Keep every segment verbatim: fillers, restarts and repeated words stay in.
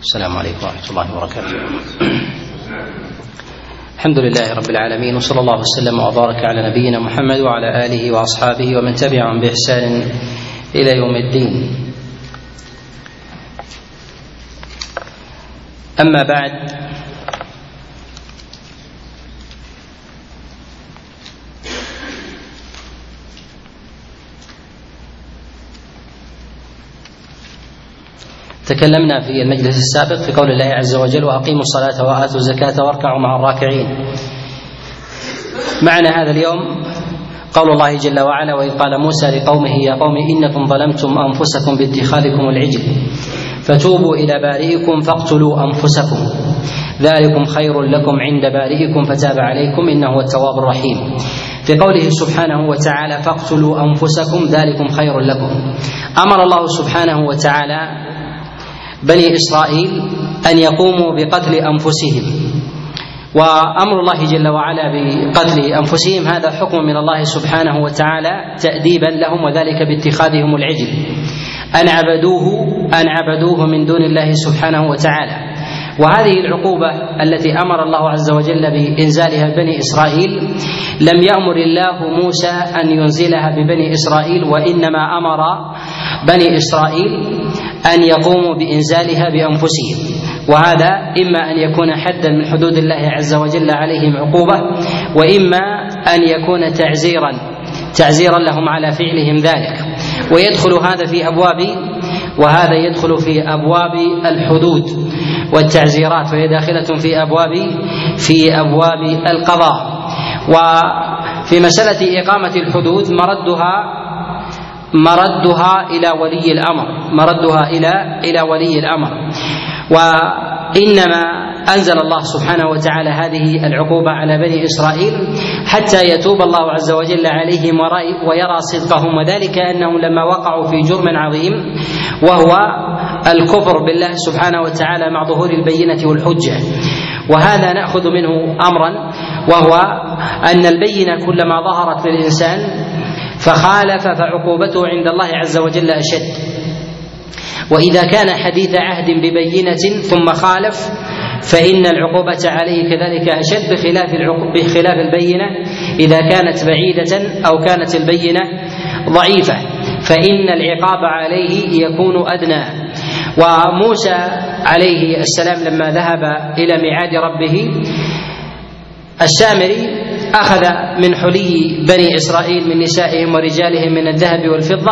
السلام عليكم ورحمة الله وبركاته. الحمد لله رب العالمين، وصلى الله وسلم وبارك على نبينا محمد وعلى آله وأصحابه ومن تبعهم بإحسان إلى يوم الدين. أما بعد، تكلمنا في المجلس السابق في قول الله عز وجل: وأقيموا الصلاة وآتوا الزكاة واركعوا مع الراكعين. معنى هذا اليوم قول الله جل وعلا: وإذ قال موسى لقومه يا قوم إنكم ظلمتم أنفسكم باتخاذكم العجل فتوبوا إلى بارئكم فاقتلوا أنفسكم ذلكم خير لكم عند بارئكم فتاب عليكم إنه هو التواب الرحيم. في قوله سبحانه وتعالى: فاقتلوا أنفسكم ذلكم خير لكم، أمر الله سبحانه وتعالى بني إسرائيل أن يقوموا بقتل أنفسهم، وأمر الله جل وعلا بقتل أنفسهم هذا حكم من الله سبحانه وتعالى تأديبا لهم، وذلك باتخاذهم العجل، أن عبدوه أن عبدوه من دون الله سبحانه وتعالى. وهذه العقوبة التي أمر الله عز وجل بإنزالها بني إسرائيل لم يأمر الله موسى أن ينزلها ببني إسرائيل، وإنما أمر بني إسرائيل أن يقوموا بإنزالها بأنفسهم، وهذا إما أن يكون حدا من حدود الله عز وجل عليهم عقوبة، وإما أن يكون تعزيرا تعزيرا لهم على فعلهم ذلك. ويدخل هذا في أبواب وهذا يدخل في أبواب الحدود والتعزيرات، وهي داخلة في أبواب في أبواب القضاء. وفي مسألة إقامة الحدود مردها مردها إلى ولي الأمر مردها إلى إلى ولي الأمر وإنما أنزل الله سبحانه وتعالى هذه العقوبة على بني إسرائيل حتى يتوب الله عز وجل عليهم ويرى صدقهم، وذلك أنهم لما وقعوا في جرم عظيم وهو الكفر بالله سبحانه وتعالى مع ظهور البينة والحجة. وهذا نأخذ منه أمرا، وهو أن البينة كلما ظهرت للإنسان فخالف فعقوبته عند الله عز وجل أشد، وإذا كان حديث عهد ببينة ثم خالف فإن العقوبة عليه كذلك أشد، بخلاف بخلاف البينة إذا كانت بعيدة أو كانت البينة ضعيفة فإن العقاب عليه يكون أدنى. وموسى عليه السلام لما ذهب إلى ميعاد ربه، السامري أخذ من حلي بني إسرائيل من نسائهم ورجالهم من الذهب والفضة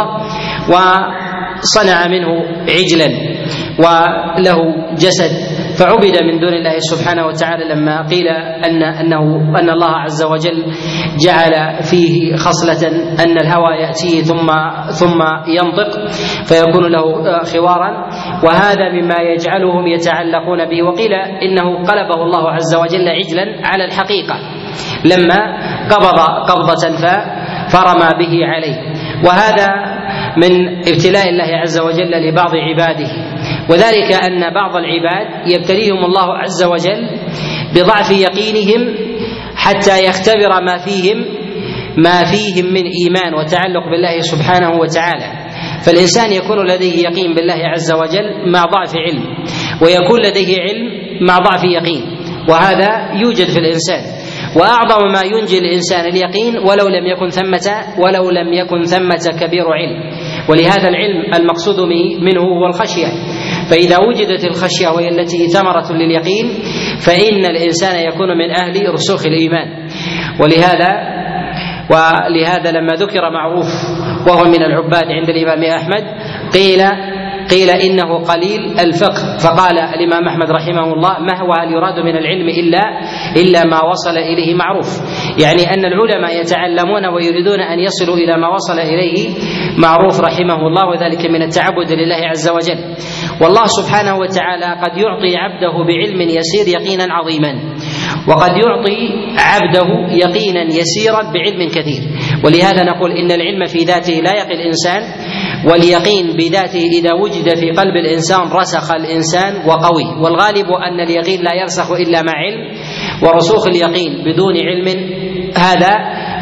وصنع منه عجلا وله جسد فعبد من دون الله سبحانه وتعالى، لما قيل أن أنه أن الله عز وجل جعل فيه خصلة أن الهوى يأتيه ثم ثم ينطق فيكون له خوارا، وهذا مما يجعلهم يتعلقون به. وقيل إنه قلبه الله عز وجل عجلا على الحقيقة لما قبض قبضة فرمى به عليه، وهذا من ابتلاء الله عز وجل لبعض عباده، وذلك أن بعض العباد يبتليهم الله عز وجل بضعف يقينهم حتى يختبر ما فيهم ما فيهم من إيمان وتعلق بالله سبحانه وتعالى. فالإنسان يكون لديه يقين بالله عز وجل مع ضعف علم، ويكون لديه علم مع ضعف يقين، وهذا يوجد في الإنسان. وأعظم ما ينجي الإنسان اليقين ولو لم يكن ثمة ولو لم يكن ثمة كبير علم، ولهذا العلم المقصود منه هو الخشية. فإذا وجدت الخشية وهي التي ثمرة لليقين فإن الإنسان يكون من أهل رسوخ الإيمان. ولهذا ولهذا لما ذكر معروف وهو من العباد عند الإمام أحمد قيل قيل إنه قليل الفقه، فقال الإمام أحمد رحمه الله: ما هو هل يراد من العلم إلا إلا ما وصل إليه معروف، يعني أن العلماء يتعلمون ويريدون أن يصلوا إلى ما وصل إليه معروف رحمه الله، وذلك من التعبد لله عز وجل. والله سبحانه وتعالى قد يعطي عبده بعلم يسير يقينا عظيما، وقد يعطي عبده يقينا يسيرا بعلم كثير. ولهذا نقول إن العلم في ذاته لا يقي الإنسان، واليقين بذاته إذا وجد في قلب الإنسان رسخ الإنسان وقوي. والغالب أن اليقين لا يرسخ إلا مع علم، ورسوخ اليقين بدون علم هذا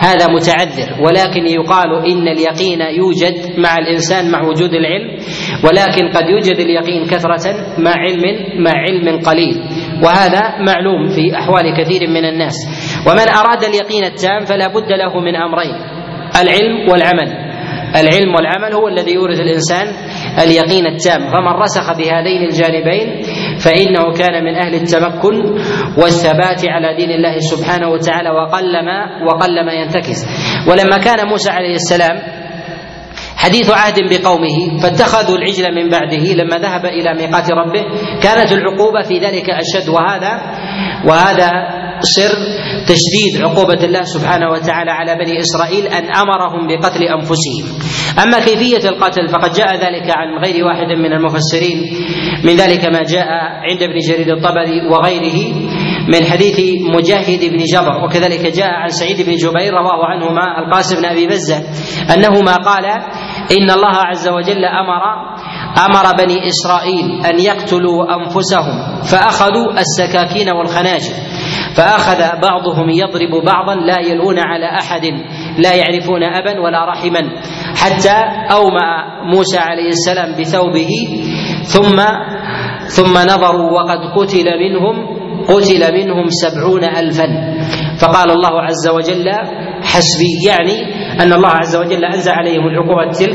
هذا متعذر، ولكن يقال إن اليقين يوجد مع الإنسان مع وجود العلم، ولكن قد يوجد اليقين كثرة مع علم مع علم قليل، وهذا معلوم في أحوال كثير من الناس. ومن أراد اليقين التام فلا بد له من أمرين: العلم والعمل. العلم والعمل هو الذي يورث الإنسان اليقين التام، فمن رسخ بهذين الجانبين فإنه كان من أهل التمكن والثبات على دين الله سبحانه وتعالى، وقلما وقلما ينتكس. ولما كان موسى عليه السلام حديث عهد بقومه فاتخذوا العجل من بعده لما ذهب إلى ميقات ربه، كانت العقوبة في ذلك أشد، وهذا وهذا سر تشديد عقوبة الله سبحانه وتعالى على بني إسرائيل، أن أمرهم بقتل أنفسهم. أما كيفية القتل فقد جاء ذلك عن غير واحد من المفسرين، من ذلك ما جاء عند ابن جرير الطبري وغيره من حديث مجاهد بن جبر، وكذلك جاء عن سعيد بن جبير رواه عنهما القاسم بن أبي بزة أنهما قال إن الله عز وجل أمر أمر بني إسرائيل أن يقتلوا أنفسهم فأخذوا السكاكين والخناجر، فأخذ بعضهم يضرب بعضا لا يلون على أحد لا يعرفون أبا ولا رحما، حتى أومأ موسى عليه السلام بثوبه ثم ثم نظروا وقد قتل منهم قتل منهم سبعون ألفا، فقال الله عز وجل حسبي، يعني أن الله عز وجل أنزل عليهم العقوبة تلك،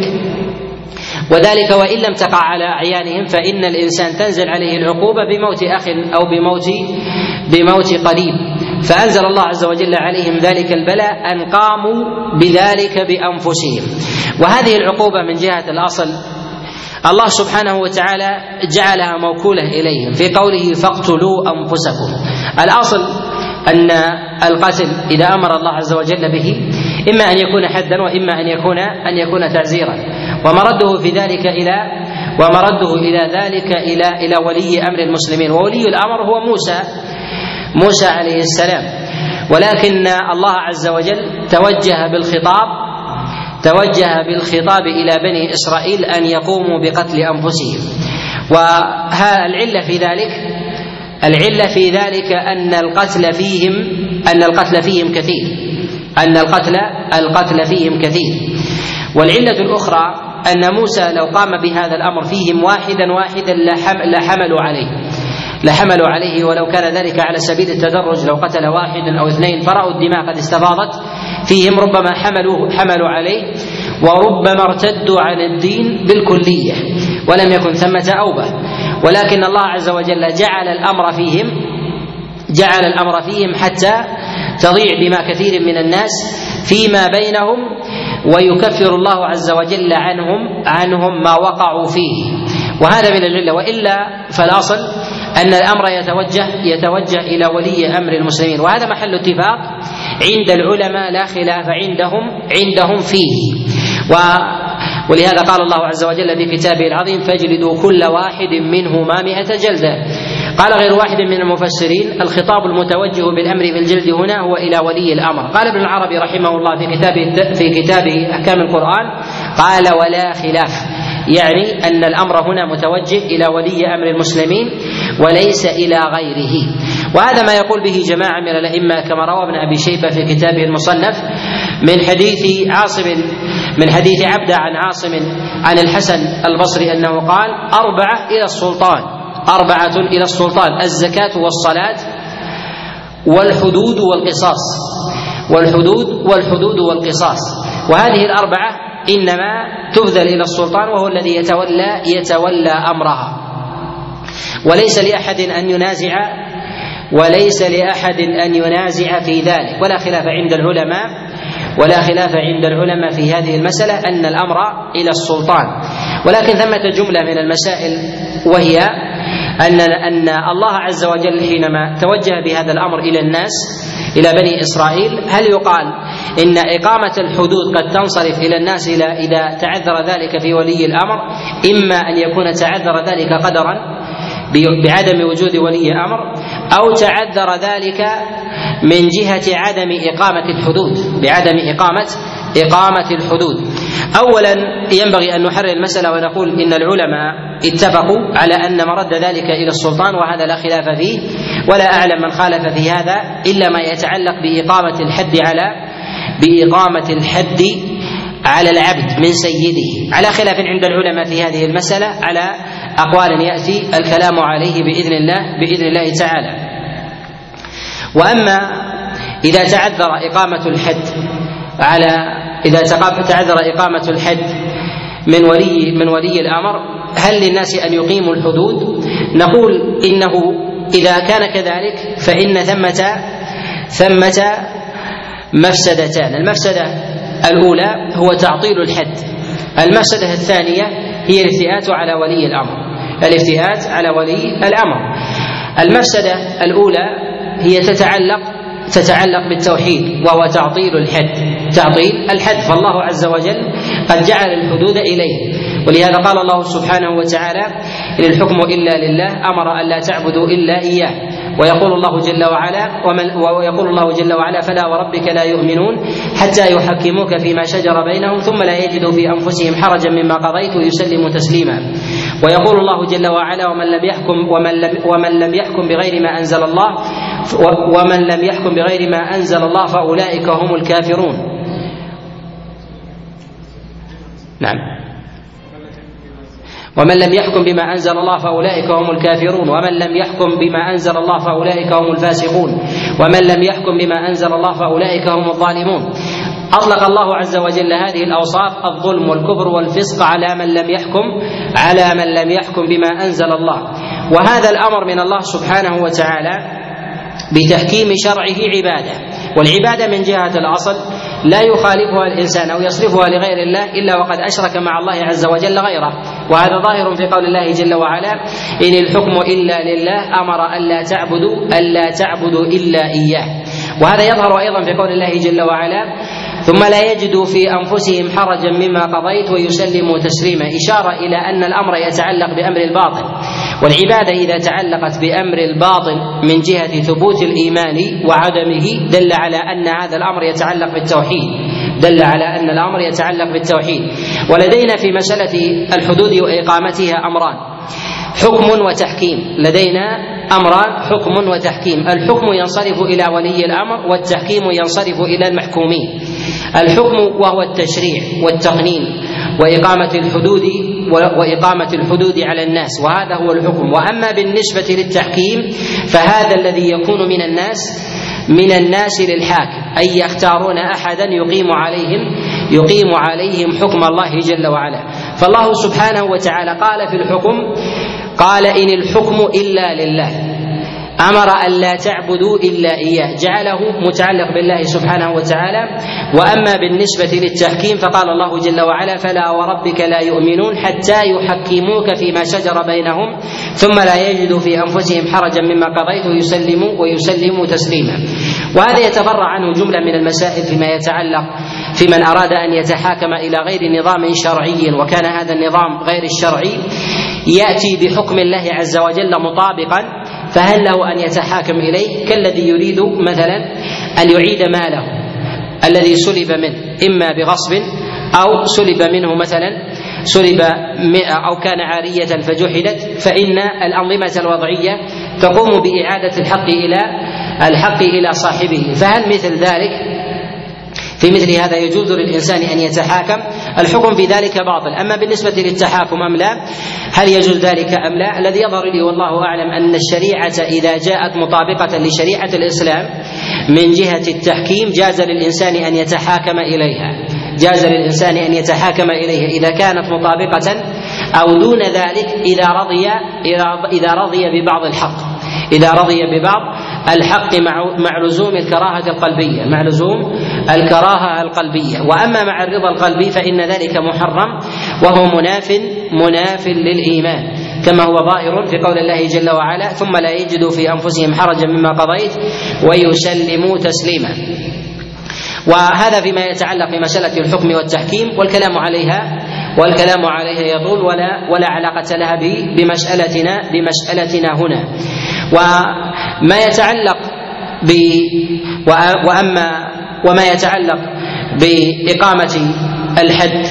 وذلك وإن لم تقع على أعيانهم، فإن الإنسان تنزل عليه العقوبة بموت أخ أو بموت بموت قريب، فأنزل الله عز وجل عليهم ذلك البلاء أن قاموا بذلك بأنفسهم. وهذه العقوبة من جهة الأصل الله سبحانه وتعالى جعلها موكولة إليهم في قوله فاقتلوا أنفسكم. الأصل أن القتل إذا أمر الله عز وجل به إما أن يكون حدا وإما أن يكون أن يكون تعزيرا، ومرده في ذلك إلى ومرده إلى ذلك إلى إلى ولي أمر المسلمين، وولي الأمر هو موسى موسى عليه السلام. ولكن الله عز وجل توجه بالخطاب توجه بالخطاب إلى بني إسرائيل أن يقوموا بقتل أنفسهم. والعلة في ذلك العلة في ذلك أن القتل فيهم أن القتل فيهم كثير أن القتل القتل فيهم كثير. والعلة الأخرى أن موسى لو قام بهذا الأمر فيهم واحدا واحدا لحملوا عليه لحملوا عليه ولو كان ذلك على سبيل التدرج، لو قتل واحدا أو اثنين فرأوا الدماء قد استفاضت فيهم ربما حملوا حملوا عليه، وربما ارتدوا عن الدين بالكلية ولم يكن ثمة أوبة. ولكن الله عز وجل جعل الأمر فيهم جعل الأمر فيهم حتى تضيع دماء كثير من الناس فيما بينهم، ويكفر الله عز وجل عنهم عنهم ما وقعوا فيه، وهذا من العلة. وإلا فالأصل أن الأمر يتوجه يتوجه إلى ولي أمر المسلمين، وهذا محل اتفاق عند العلماء لا خلاف عندهم عندهم فيه. ولهذا قال الله عز وجل في كتابه العظيم فاجلدوا كل واحد منهما مئة جلدة. قال غير واحد من المفسرين الخطاب المتوجه بالأمر بالجلد هنا هو إلى ولي الأمر. قال ابن العربي رحمه الله في كتابه في كتابه أحكام القرآن قال ولا خلاف، يعني أن الأمر هنا متوجه إلى ولي أمر المسلمين وليس إلى غيره. وهذا ما يقول به جماعة من الأئمة كما روى ابن أبي شيبة في كتابه المصنف من حديث عاصم من حديث عبدة عن عاصم عن الحسن البصري أنه قال أربعة إلى السلطان أربعة إلى السلطان الزكاة والصلاة والحدود والقصاص والحدود والحدود والقصاص. وهذه الأربعة إنما تبذل إلى السلطان وهو الذي يتولى يتولى أمرها، وليس لأحد أن ينازع وليس لأحد أن ينازع في ذلك، ولا خلاف عند العلماء ولا خلاف عند العلماء في هذه المسألة أن الأمر إلى السلطان. ولكن ثمة جملة من المسائل، وهي أن أن الله عز وجل حينما توجه بهذا الأمر إلى الناس إلى بني إسرائيل، هل يقال إن إقامة الحدود قد تنصرف إلى الناس إذا تعذر ذلك في ولي الأمر، إما أن يكون تعذر ذلك قدرا بعدم وجود ولي أمر، أو تعذر ذلك من جهة عدم إقامة الحدود بعدم إقامة إقامة الحدود. أولا ينبغي أن نحرر المسألة ونقول إن العلماء اتفقوا على أن مرد ذلك إلى السلطان، وهذا لا خلاف فيه، ولا أعلم من خالف في هذا إلا ما يتعلق بإقامة الحد على بإقامة الحد على العبد من سيده، على خلاف عند العلماء في هذه المسألة، على أقوال يأتي الكلام عليه بإذن الله بإذن الله تعالى. وأما إذا تعذر إقامة الحد على إذا تعذر إقامة الحد من ولي من ولي الأمر، هل للناس أن يقيموا الحدود؟ نقول إنه إذا كان كذلك فإن ثمة ثمة مفسدتان. المفسدة الأولى هو تعطيل الحد، المفسدة الثانية هي الافتئات على ولي الأمر الافتئات على ولي الأمر. المفسدة الأولى هي تتعلق تتعلق بالتوحيد، وهو تعطيل الحد تعطيل الحد فالله عز وجل قد جعل الحدود إليه، ولهذا قال الله سبحانه وتعالى: إن الحكم إلا لله أمر أن لا تعبدوا إلا إياه. ويقول الله جل وعلا ومن ويقول الله جل وعلا: فلا وربك لا يؤمنون حتى يحكموك فيما شجر بينهم ثم لا يجدوا في أنفسهم حرجا مما قضيت ويسلموا تسليما. ويقول الله جل وعلا: ومن لم يحكم ومن لم ومن لم يحكم بغير ما أنزل الله ومن لم يحكم بغير ما أنزل الله فأولئك هم الكافرون. نعم. ومن لم يحكم بما أنزل الله فأولئك هم الكافرون، ومن لم يحكم بما أنزل الله فأولئك هم الفاسقون، ومن لم يحكم بما أنزل الله فأولئك هم الظالمون. أطلق الله عز وجل هذه الأوصاف: الظلم والكفر والفسق على من لم يحكم على من لم يحكم بما أنزل الله. وهذا الأمر من الله سبحانه وتعالى بتحكيم شرعه عبادة، والعبادة من جهة الأصل لا يخالفها الإنسان أو يصرفها لغير الله إلا وقد أشرك مع الله عز وجل غيره، وهذا ظاهر في قول الله جل وعلا: إن الحكم إلا لله أمر ألا تعبدوا ألا تعبدوا إلا إياه. وهذا يظهر أيضا في قول الله جل وعلا: ثم لا يجدوا في أنفسهم حرجا مما قضيت ويسلموا تسليما، إشارة إلى أن الأمر يتعلق بأمر الباطن، والعبادة إذا تعلقت بأمر الباطن من جهة ثبوت الإيمان وعدمه دل على أن هذا الأمر يتعلق بالتوحيد دل على أن الأمر يتعلق بالتوحيد. ولدينا في مسألة الحدود وإقامتها أمران: حكم وتحكيم. لدينا أمران: حكم وتحكيم. الحكم ينصرف إلى ولي الأمر، والتحكيم ينصرف إلى المحكومين. الحكم وهو التشريع والتقنين وإقامة الحدود وإقامة الحدود على الناس، وهذا هو الحكم. وأما بالنسبة للتحكيم فهذا الذي يكون من الناس من الناس للحاكم، أي يختارون أحدا يقيم عليهم يقيم عليهم حكم الله جل وعلا. فالله سبحانه وتعالى قال في الحكم: قال إن الحكم إلا لله أمر أن لا تعبدوا إلا إياه، جعله متعلق بالله سبحانه وتعالى. وأما بالنسبة للتحكيم فقال الله جل وعلا: فلا وربك لا يؤمنون حتى يحكموك فيما شجر بينهم ثم لا يجدوا في أنفسهم حرجا مما قضيت ويسلموا ويسلموا تسليما. وهذا يتفرع عنه جملة من المسائل فيما يتعلق في من أراد أن يتحاكم إلى غير نظام شرعي وكان هذا النظام غير الشرعي يأتي بحكم الله عز وجل مطابقا، فهل له أن يتحاكم إليه؟ كالذي يريد مثلا أن يعيد ماله الذي سلب منه إما بغصب أو سلب منه مثلا سلب أو كان عارية فجحدت، فإن الأنظمة الوضعية تقوم بإعادة الحق إلى الحق إلى صاحبه. فهل مثل ذلك في مثل هذا يجوز للإنسان أن يتحاكم؟ الحكم في ذلك باطل. أما بالنسبة للتحاكم أم لا، هل يجوز ذلك أم لا؟ الذي يظهر لي والله أعلم أن الشريعة إذا جاءت مطابقة لشريعة الإسلام من جهة التحكيم جاز للإنسان أن يتحاكم إليها جاز للإنسان أن يتحاكم إليها إذا كانت مطابقة، أو دون ذلك إذا رضي إذا رضي ببعض الحق إذا رضي ببعض الحق مع مع لزوم الكراهة القلبية مع لزوم الكراهة القلبية. وأما مع الرضا القلبي فإن ذلك محرم وهو مناف مناف للإيمان، كما هو ظاهر في قول الله جل وعلا: ثم لا يجدوا في أنفسهم حرجا مما قضيت ويسلموا تسليما. وهذا فيما يتعلق بمسألة الحكم والتحكيم، والكلام عليها والكلام عليها يطول ولا ولا علاقة لها بمسألتنا بمسألتنا هنا. وما يتعلق ب وأما وما يتعلق بإقامة الحد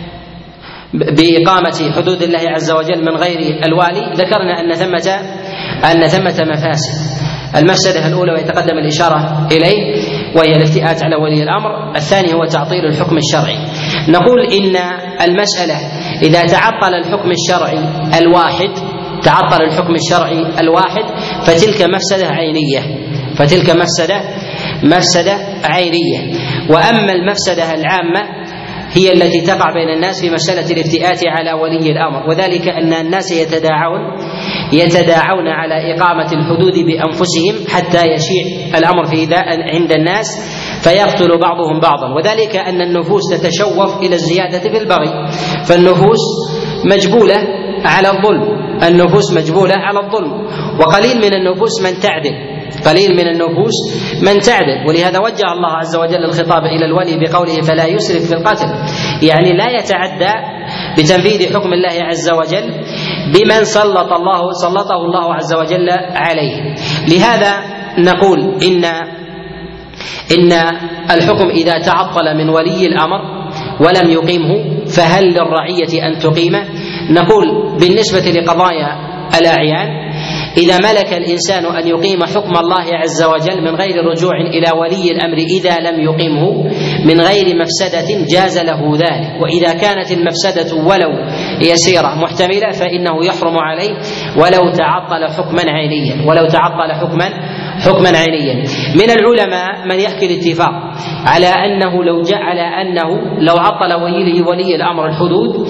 بإقامة حدود الله عز وجل من غير الوالي، ذكرنا أن ثمة أن ثمة مفاسد. المفسدة الأولى ويتقدم الإشارة إليه وهي الافتئات على ولي الأمر. الثاني هو تعطيل الحكم الشرعي. نقول إن المسألة إذا تعطل الحكم الشرعي الواحد تعطل الحكم الشرعي الواحد فتلك مفسدة عينية فتلك مفسدة مفسدة عينية. وأما المفسدة العامة هي التي تقع بين الناس في مسألة الافتئات على ولي الأمر، وذلك أن الناس يتداعون يتداعون على إقامة الحدود بأنفسهم حتى يشيع الأمر في عند الناس فيقتل بعضهم بعضا، وذلك أن النفوس تتشوف إلى الزيادة في البغي، فالنفوس مجبولة على الظلم النفوس مجبولة على الظلم وقليل من النفوس من تعدل قليل من النفوس من تعدل ولهذا وجه الله عز وجل الخطاب إلى الولي بقوله فلا يسرف في القتل، يعني لا يتعدى بتنفيذ حكم الله عز وجل بمن سلط الله سلطه الله عز وجل عليه. لهذا نقول إن إن الحكم إذا تعطل من ولي الأمر ولم يقيمه فهل للرعية أن تقيمه؟ نقول بالنسبة لقضايا الأعيان إذا ملك الإنسان أن يقيم حكم الله عز وجل من غير رجوع إلى ولي الأمر إذا لم يقيمه من غير مفسدة جاز له ذلك، وإذا كانت المفسدة ولو يسيرة محتملة فإنه يحرم عليه ولو تعطل حكما عينيا ولو تعطل حكما حكما عينيا. من العلماء من يحكي الاتفاق على أنه لو جعل أنه لو عطل ولي ولي الأمر الحدود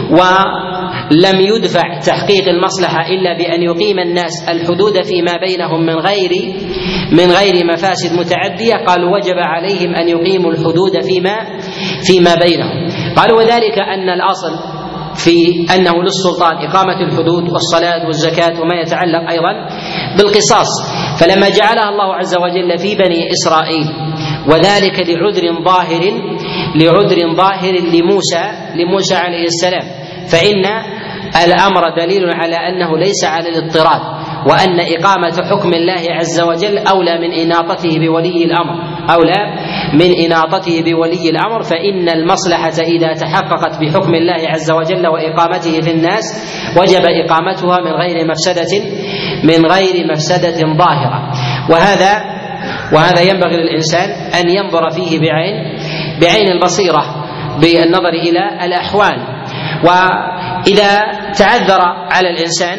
ولم يدفع تحقيق المصلحة إلا بأن يقيم الناس الحدود فيما بينهم من غير من غير مفاسد متعدية، قالوا وجب عليهم أن يقيموا الحدود فيما فيما بينهم. قالوا وذلك أن الأصل في أنه للسلطان إقامة الحدود والصلاة والزكاة وما يتعلق أيضا بالقصاص، فلما جعلها الله عز وجل في بني إسرائيل وذلك لعذر ظاهر لعذر ظاهر لموسى لموسى عليه السلام فإن الأمر دليل على أنه ليس على الاضطراد، وأن إقامة حكم الله عز وجل أولى من إناطته بولي الأمر أولى من إناطته بولي الأمر فإن المصلحة إذا تحققت بحكم الله عز وجل وإقامته في الناس وجب إقامتها من غير مفسدة من غير مفسدة ظاهرة. وهذا وهذا ينبغي للإنسان أن ينظر فيه بعين بعين البصيرة بالنظر إلى الأحوال. وإذا تعذر على الإنسان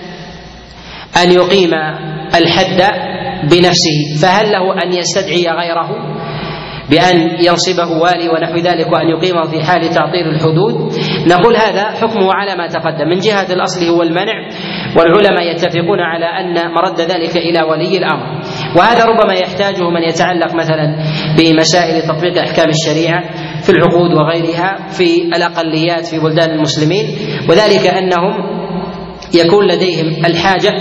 أن يقيم الحد بنفسه فهل له أن يستدعي غيره بأن ينصبه والي ونحو ذلك وأن يقيمه في حال تعطيل الحدود؟ نقول هذا حكمه على ما تقدم. من جهة الأصل هو المنع، والعلماء يتفقون على أن مرد ذلك إلى ولي الأمر، وهذا ربما يحتاجه من يتعلق مثلا بمسائل تطبيق أحكام الشريعة في العقود وغيرها في الأقليات في بلدان المسلمين، وذلك أنهم يكون لديهم الحاجة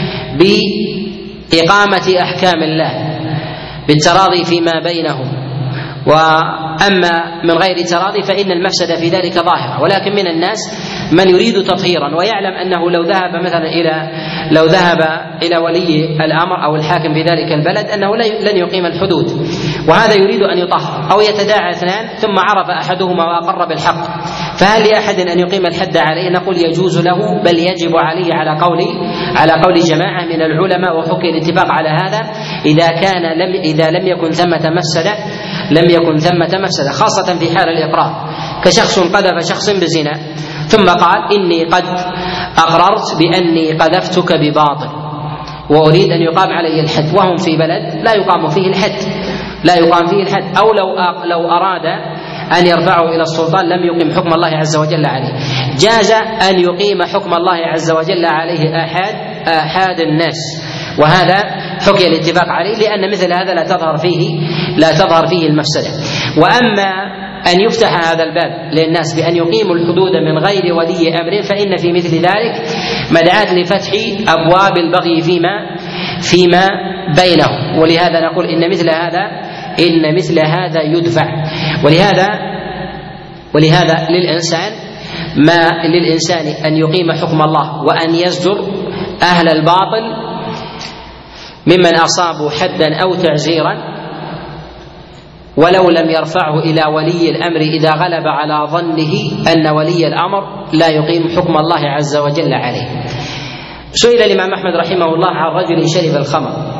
بإقامة أحكام الله بالتراضي فيما بينهم، وأما من غير تراضي فإن المفسدة في ذلك ظاهرة. ولكن من الناس من يريد تطهيرا ويعلم أنه لو ذهب مثلا إلى لو ذهب إلى ولي الأمر أو الحاكم في ذلك البلد أنه لن يقيم الحدود، وهذا يريد أن يطهر، أو يتداعى اثنان ثم عرف أحدهما وأقر بالحق، فهل لأحد أن يقيم الحد عليه؟ نقول يجوز له بل يجب عليه على قول على قول جماعة من العلماء، وحكي الاتفاق على هذا إذا كان لم إذا لم يكن ثمة مفسدة لم يكن ثمة مفسدة، خاصة في حال الإقرار، كشخص قذف شخص بزنا ثم قال إني قد أقررت بأني قذفتك بباطل وأريد أن يقام علي الحد، وهم في بلد لا يقام فيه الحد لا يقام فيه الحد أو لو لو أراد أن يرفعه إلى السلطان لم يقيم حكم الله عز وجل عليه. جاز أن يقيم حكم الله عز وجل عليه آحاد آحاد الناس، وهذا حكي الاتفاق عليه، لأن مثل هذا لا تظهر فيه لا تظهر فيه المفسدة. وأما أن يفتح هذا الباب للناس بأن يقيموا الحدود من غير ولي أمر فإن في مثل ذلك مدعاة لفتح أبواب البغي فيما فيما بينهم، ولهذا نقول إن مثل هذا إن مثل هذا يدفع. ولهذا ولهذا للإنسان ما للإنسان أن يقيم حكم الله وأن يزجر أهل الباطل ممن أصابوا حدا أو تعزيرا، ولو لم يرفعه إلى ولي الأمر إذا غلب على ظنه أن ولي الأمر لا يقيم حكم الله عز وجل عليه. سئل الإمام أحمد رحمه الله عن رجل شرب الخمر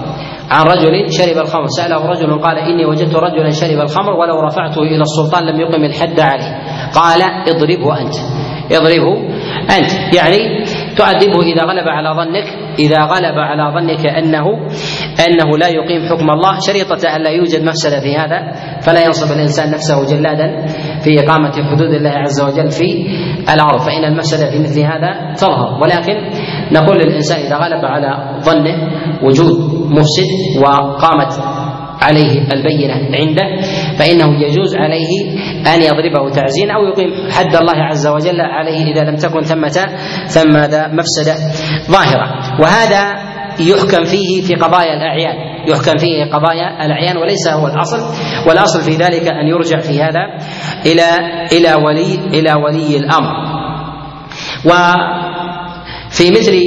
عن رجل شرب الخمر، سأله رجل قال إني وجدت رجلا شرب الخمر ولو رفعته إلى السلطان لم يقم الحد عليه، قال اضربه أنت، اضربه أنت، يعني تؤدبه إذا غلب على ظنك إذا غلب على ظنك أنه أنه لا يقيم حكم الله، شريطة أن لا يوجد مفسدة في هذا، فلا ينصب الإنسان نفسه جلادا في إقامة حدود الله عز وجل في الأرض، فإن المفسدة في مثل هذا تظهر. ولكن نقول للإنسان إذا غلب على ظنه وجود مفسد وقامت عليه البينة عنده فإنه يجوز عليه أن يضربه تعزيرا أو يقيم حد الله عز وجل عليه إذا لم تكن ثمة ثمة مفسدة ظاهرة. وهذا يحكم فيه في قضايا الأعيان، يحكم فيه قضايا الأعيان وليس هو الأصل، والأصل في ذلك أن يرجع في هذا إلى إلى ولي إلى ولي الأمر. وفي مثل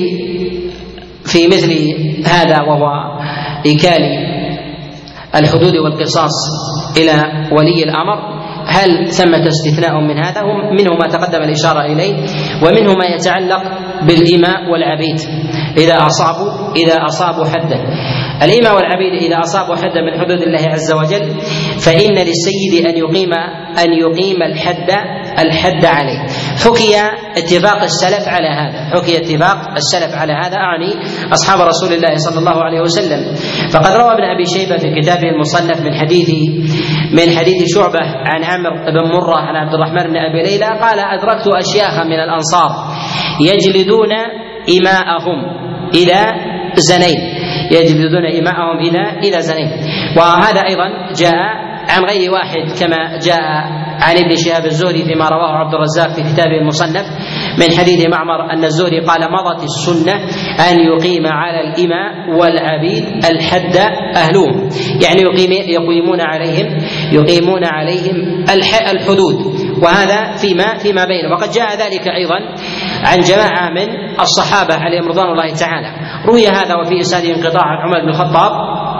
في مثل هذا وهو إيكال الحدود والقصاص إلى ولي الأمر، هل ثمة استثناء من هذا؟ منه ما تقدم الإشارة إليه، ومنه ما يتعلق بالإماء والعبيد إذا أصابوا إذا أصابوا حدا. الإماء والعبيد إذا أصابوا حدا من حدود الله عز وجل فإن للسيد أن يقيم أن يقيم الحد الحد عليه. حكي اتفاق السلف على هذا، حكي اتفاق السلف على هذا، أعني أصحاب رسول الله صلى الله عليه وسلم. فقد روى ابن أبي شيبة في كتابه المصنف من حديث من حديث شعبة عن عمرو بن مرة عن عبد الرحمن بن أبي ليلى قال: أدركت أشياخا من الأنصار يجلدون إماءهم إذا زنين، يجلدون إماءهم إذا إذا زنين. وهذا أيضا جاء عن غير واحد كما جاء عن ابن شهاب الزهري فيما رواه عبد الرزاق في كتابه المصنف من حديث معمر أن الزهري قال: مضت السنة أن يقيم على الإماء والعبيد الحد أهلهم، يعني يقيم يقيمون عليهم يقيمون عليهم الحدود، وهذا فيما فيما بينه. وقد جاء ذلك أيضا عن جماعة من الصحابة عليهم رضوان الله تعالى. روي هذا وفي إسناده انقطاع عن عمر بن الخطاب،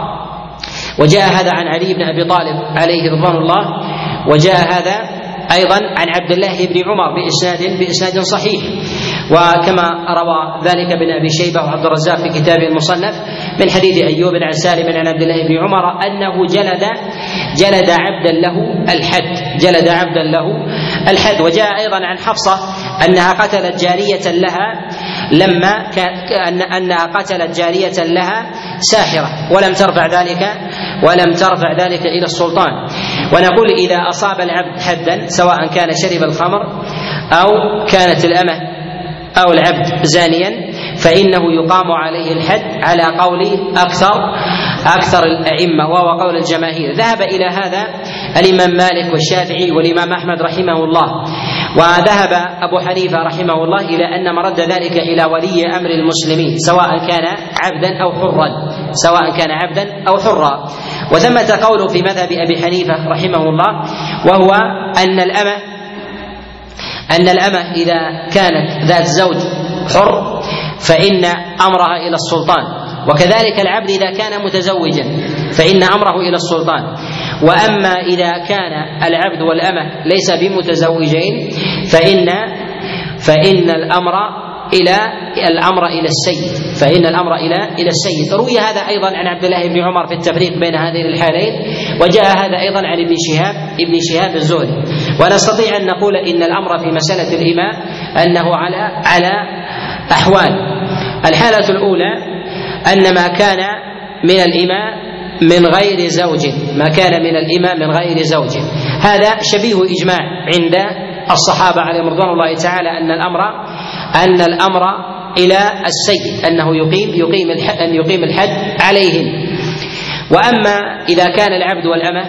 وجاء هذا عن علي بن أبي طالب عليه رضوان الله، وجاء هذا أيضا عن عبد الله بن عمر بإسناد بإسناد صحيح. وكما روى ذلك ابن أبي شيبة وعبد الرزاق في كتابه المصنف من حديث أيوب عن سالم عن عبد الله بن عمر أنه جلد جلد عبدا له الحد جلد عبدا له الحد. وجاء أيضا عن حفصة أنها قتلت جارية لها لما كان أنها قتلت جارية لها ساحرة ولم ترفع ذلك ولم ترفع ذلك إلى السلطان. ونقول إذا أصاب العبد حدا سواء كان شرب الخمر أو كانت الأمة أو العبد زانيا فإنه يقام عليه الحد على قول أكثر أكثر الأئمة وهو قول الجماهير. ذهب إلى هذا الإمام مالك والشافعي والإمام أحمد رحمه الله، وذهب أبو حنيفة رحمه الله إلى أن مرد ذلك إلى ولي أمر المسلمين سواء كان عبدا أو حرا سواء كان عبدا أو حرا. وثمة قول في مذهب أبي حنيفة رحمه الله وهو أن الأمة أن الأمة إذا كانت ذات زوج حر فإن أمرها إلى السلطان، وكذلك العبد إذا كان متزوجا فإن أمره إلى السلطان. وأما إذا كان العبد والأمة ليس بمتزوجين فإن فإن الأمر إلى الأمر إلى السيد فإن الأمر إلى إلى السيد. روي هذا أيضا عن عبد الله بن عمر في التفريق بين هذين الحالين، وجاء هذا أيضا عن ابن شهاب ابن شهاب الزهري. ونستطيع أن نقول إن الأمر في مسألة الإماء أنه على على أحوال. الحالة الأولى أن ما كان من الإماء من غير زوج ما كان من الإماء من غير زوج هذا شبيه إجماع عند الصحابة عليهم رضوان الله تعالى أن الأمر أن الأمر إلى السيد أنه يقيم يقيم الحد أن يقيم الحد عليهم. وأما إذا كان العبد والأمة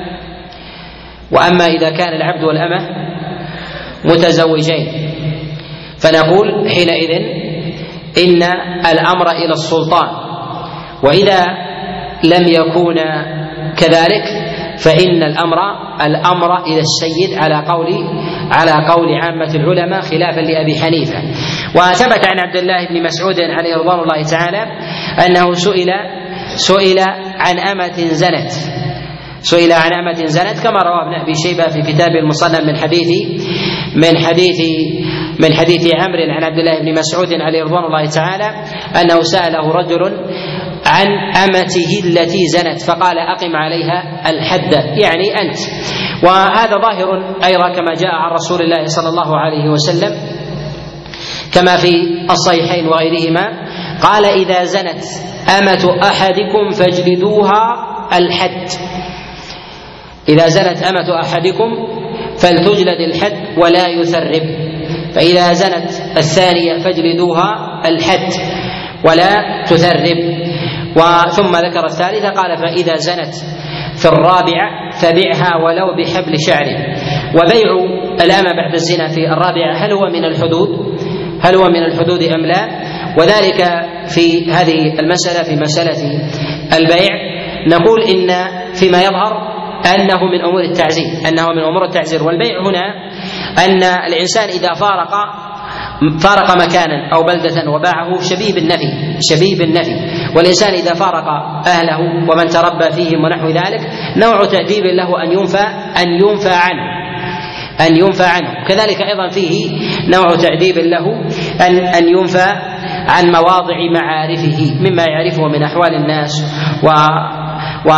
وأما إذا كان العبد والأمة متزوجين فنقول حينئذ إن الأمر إلى السلطان. وإذا لم يكون كذلك فإن الأمر الأمر إلى السيد على قول على قول عامة العلماء خلافا لأبي حنيفة. وثبت عن عبد الله بن مسعود عليه رضوان الله تعالى أنه سئل سئل عن أمة زنت سئل عن أمة زنت كما روى ابن أبي شيبة في كتاب المصنف من حديث من حديث من حديث عمرو عن عبد الله بن مسعود عليه رضوان الله تعالى أنه سأله رجل عن أمته التي زنت فقال أقم عليها الحد، يعني أنت. وهذا ظاهر أيضا كما جاء عن رسول الله صلى الله عليه وسلم كما في الصحيحين وغيرهما قال إذا زنت أمة أحدكم فاجلدوها الحد، إذا زنت أمة أحدكم فلتجلد الحد ولا يثرب، فإذا زنت الثانية فاجلدوها الحد ولا تثرب. وثم ذكر الثالثة قال فإذا زنت في الرابعة فبعها ولو بحبل شعر. وبيع الأمة بعد الزنا في الرابعة هل هو من الحدود؟ هل هو من الحدود أم لا؟ وذلك في هذه المسألة في مسألة البيع نقول إن فيما يظهر أنه من أمور التعزير، أنه من أمور التعزير. والبيع هنا أن الإنسان إذا فارق فارق مكانا أو بلدة وباعه شبيه بالنفي، شبيه بالنفي. والإنسان إذا فارق أهله ومن تربى فيهم ونحو ذلك نوع تأديب له أن ينفى أن ينفى عنه أن ينفى عنه. كذلك أيضا فيه نوع تأديب له أن أن ينفى عن مواضع معارفه مما يعرفه من أحوال الناس و و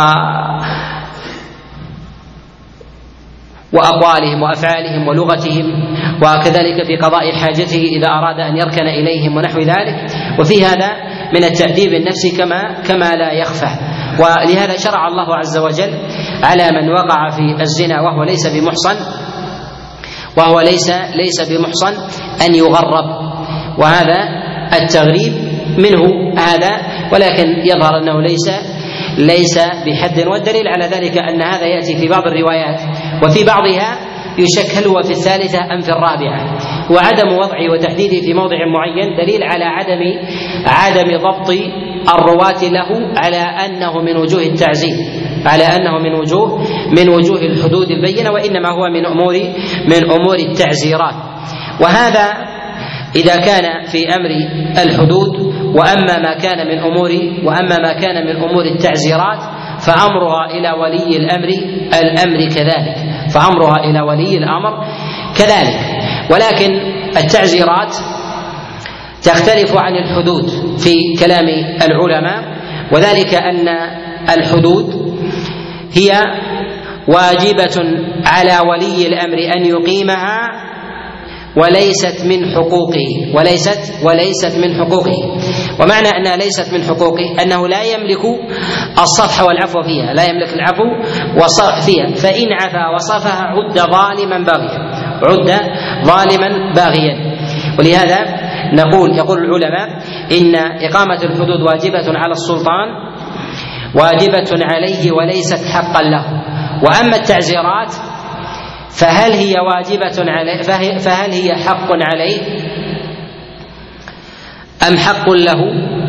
وأقوالهم وأفعالهم ولغتهم، وكذلك في قضاء حاجته إذا أراد أن يركن إليهم ونحو ذلك. وفي هذا من التأديب النفسي كما كما لا يخفى. ولهذا شرع الله عز وجل على من وقع في الزنا وهو ليس بمحصن وهو ليس ليس بمحصن أن يغرب، وهذا التغريب منه هذا، ولكن يظهر أنه ليس ليس بحد. والدليل على ذلك أن هذا يأتي في بعض الروايات وفي بعضها يشك هل هو في الثالثة أم في الرابعة. وعدم وضعه وتحديده في موضع معين دليل على عدم عدم ضبط الرواة له على أنه من وجوه التعزير، على أنه من وجوه من وجوه الحدود البينة، وإنما هو من أمور من أمور التعزيرات. وهذا إذا كان في أمر الحدود. وأما ما كان من أمور وأما ما كان من أمور التعزيرات فأمرها إلى ولي الأمر الأمر كذلك فأمرها إلى ولي الأمر كذلك. ولكن التعزيرات تختلف عن الحدود في كلام العلماء، وذلك أن الحدود هي واجبة على ولي الأمر أن يقيمها وليست من حقوقه وليست وليست من حقوقه. ومعنى أنها ليست من حقوقه أنه لا يملك الصفح والعفو فيها، لا يملك العفو والصفح فيها، فإن عفا وصفها عد ظالما باغيا عد ظالما باغيا. ولهذا نقول يقول العلماء إن إقامة الحدود واجبة على السلطان واجبة عليه وليست حقا له. وأما التعزيرات فهل هي واجبة عليه فهل هي حق عليه أم حق له؟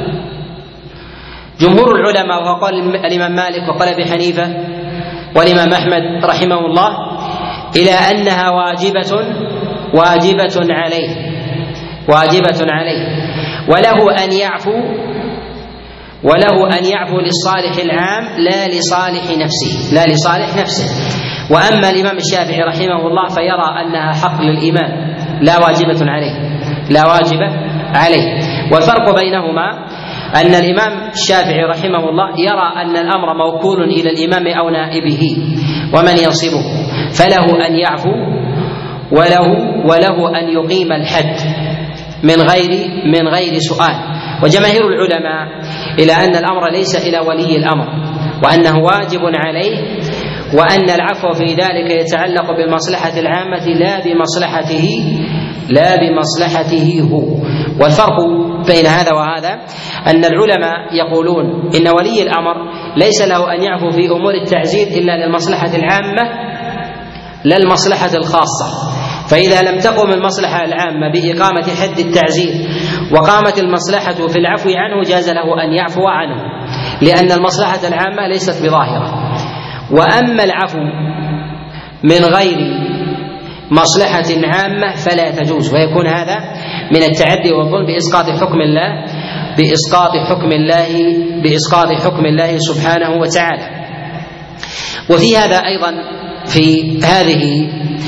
جمهور العلماء وقال الإمام مالك وقال أبي حنيفة والإمام أحمد رحمه الله إلى أنها واجبة واجبة عليه واجبة عليه وله أن يعفو وله أن يعفو للصالح العام لا لصالح نفسه لا لصالح نفسه. وأما الإمام الشافعي رحمه الله فيرى أنها حق للإمام لا واجبة عليه لا واجبة عليه. والفرق بينهما أن الإمام الشافعي رحمه الله يرى أن الأمر موكول إلى الإمام أو نائبه ومن ينصبه، فله أن يعفو وله وله أن يقيم الحد من غير من غير سؤال. وجماهير العلماء إلى أن الأمر ليس إلى ولي الأمر وأنه واجب عليه، وأن العفو في ذلك يتعلق بالمصلحة العامة لا بمصلحته لا بمصلحته هو. والفرق بين هذا وهذا أن العلماء يقولون إن ولي الأمر ليس له أن يعفو في أمور التعزير إلا للمصلحة العامة لا المصلحة الخاصة. فإذا لم تقم المصلحة العامة بإقامة حد التعزير وقامت المصلحة في العفو عنه جاز له أن يعفو عنه، لأن المصلحة العامة ليست بظاهرة. وأما العفو من غير مصلحة عامة فلا تجوز، ويكون هذا من التعدي والظلم بإسقاط حكم الله بإسقاط حكم الله بإسقاط حكم الله سبحانه وتعالى. وفي هذا أيضا في هذه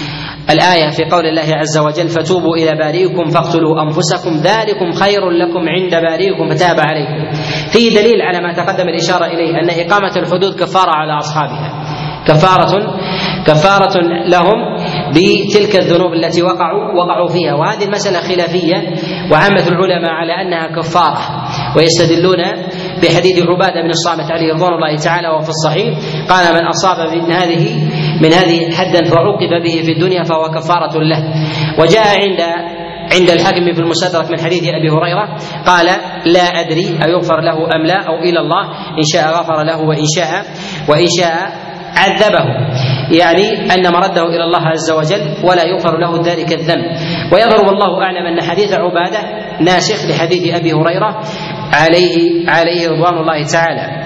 الآية في قول الله عز وجل فتوبوا إلى بارئكم فاقتلوا أنفسكم ذلكم خير لكم عند بارئكم فتاب عليكم، فيه دليل على ما تقدم الإشارة إليه أن إقامة الحدود كفارة على أصحابها، كفارة كفارة لهم بتلك الذنوب التي وقعوا وقعوا فيها. وهذه المسألة خلافية، وعامة العلماء على أنها كفارة، ويستدلون بحديث عبادة بن الصامت عليه رضوان الله تعالى وفي الصحيح قال من أصاب من هذه من هذه حدا فعوقب به في الدنيا فهو كفارة له. وجاء عند عند الحاكم في المستدرك من حديث أبي هريرة قال لا أدري أيغفر له أم لا، أو إلى الله إن شاء غفر له وإن شاء وإن شاء عذبه، يعني أن مرده إلى الله عز وجل ولا يغفر له ذلك الذنب. ويضرب الله أعلم أن حديث عبادة ناسخ لحديث أبي هريرة عليه عليه رضوان الله تعالى.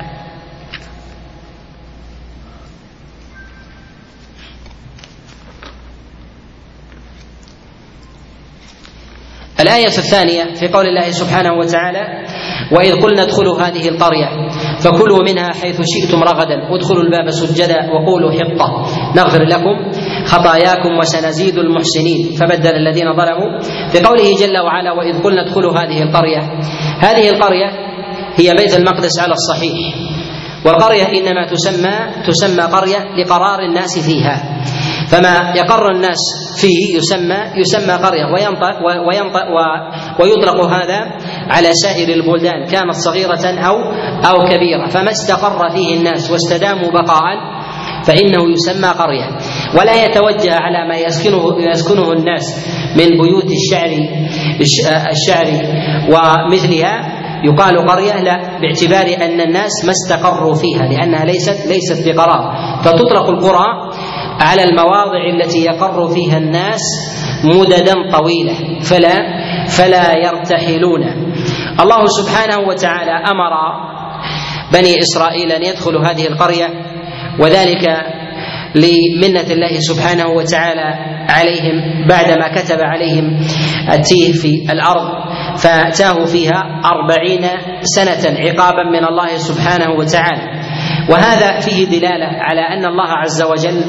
الآية الثانية في قول الله سبحانه وتعالى وإذ قلنا ادخلوا هذه القرية فكلوا منها حيث شئتم رغدا وادخلوا الباب سجدا وقولوا حطة نغفر لكم خطاياكم وسنزيد المحسنين فبدل الذين ظلموا. في قوله جل وعلا وإذ قلنا ادخلوا هذه القرية، هذه القرية هي بيت المقدس على الصحيح، والقرية إنما تسمى تسمى قرية لقرار الناس فيها، فما يقر الناس فيه يسمى يسمى قرية، وينطق وينطق ويطلق هذا على سائر البلدان كانت صغيرة أو أو كبيرة، فما استقر فيه الناس واستداموا بقاء فإنه يسمى قرية. ولا يتوجه على ما يسكنه يسكنه الناس من بيوت الشعر الشعر ومثلها يقال قرية، لا، باعتبار أن الناس ما استقروا فيها لأنها ليست ليست بقرار، فتطلق القرى على المواضع التي يقر فيها الناس مددا طويلة فلا فلا يرتحلون. الله سبحانه وتعالى أمر بني إسرائيل أن يدخلوا هذه القرية، وذلك لمنة الله سبحانه وتعالى عليهم بعدما كتب عليهم التيه في الأرض فاتاه فيها أربعين سنة عقابا من الله سبحانه وتعالى. وهذا فيه دلالة على أن الله عز وجل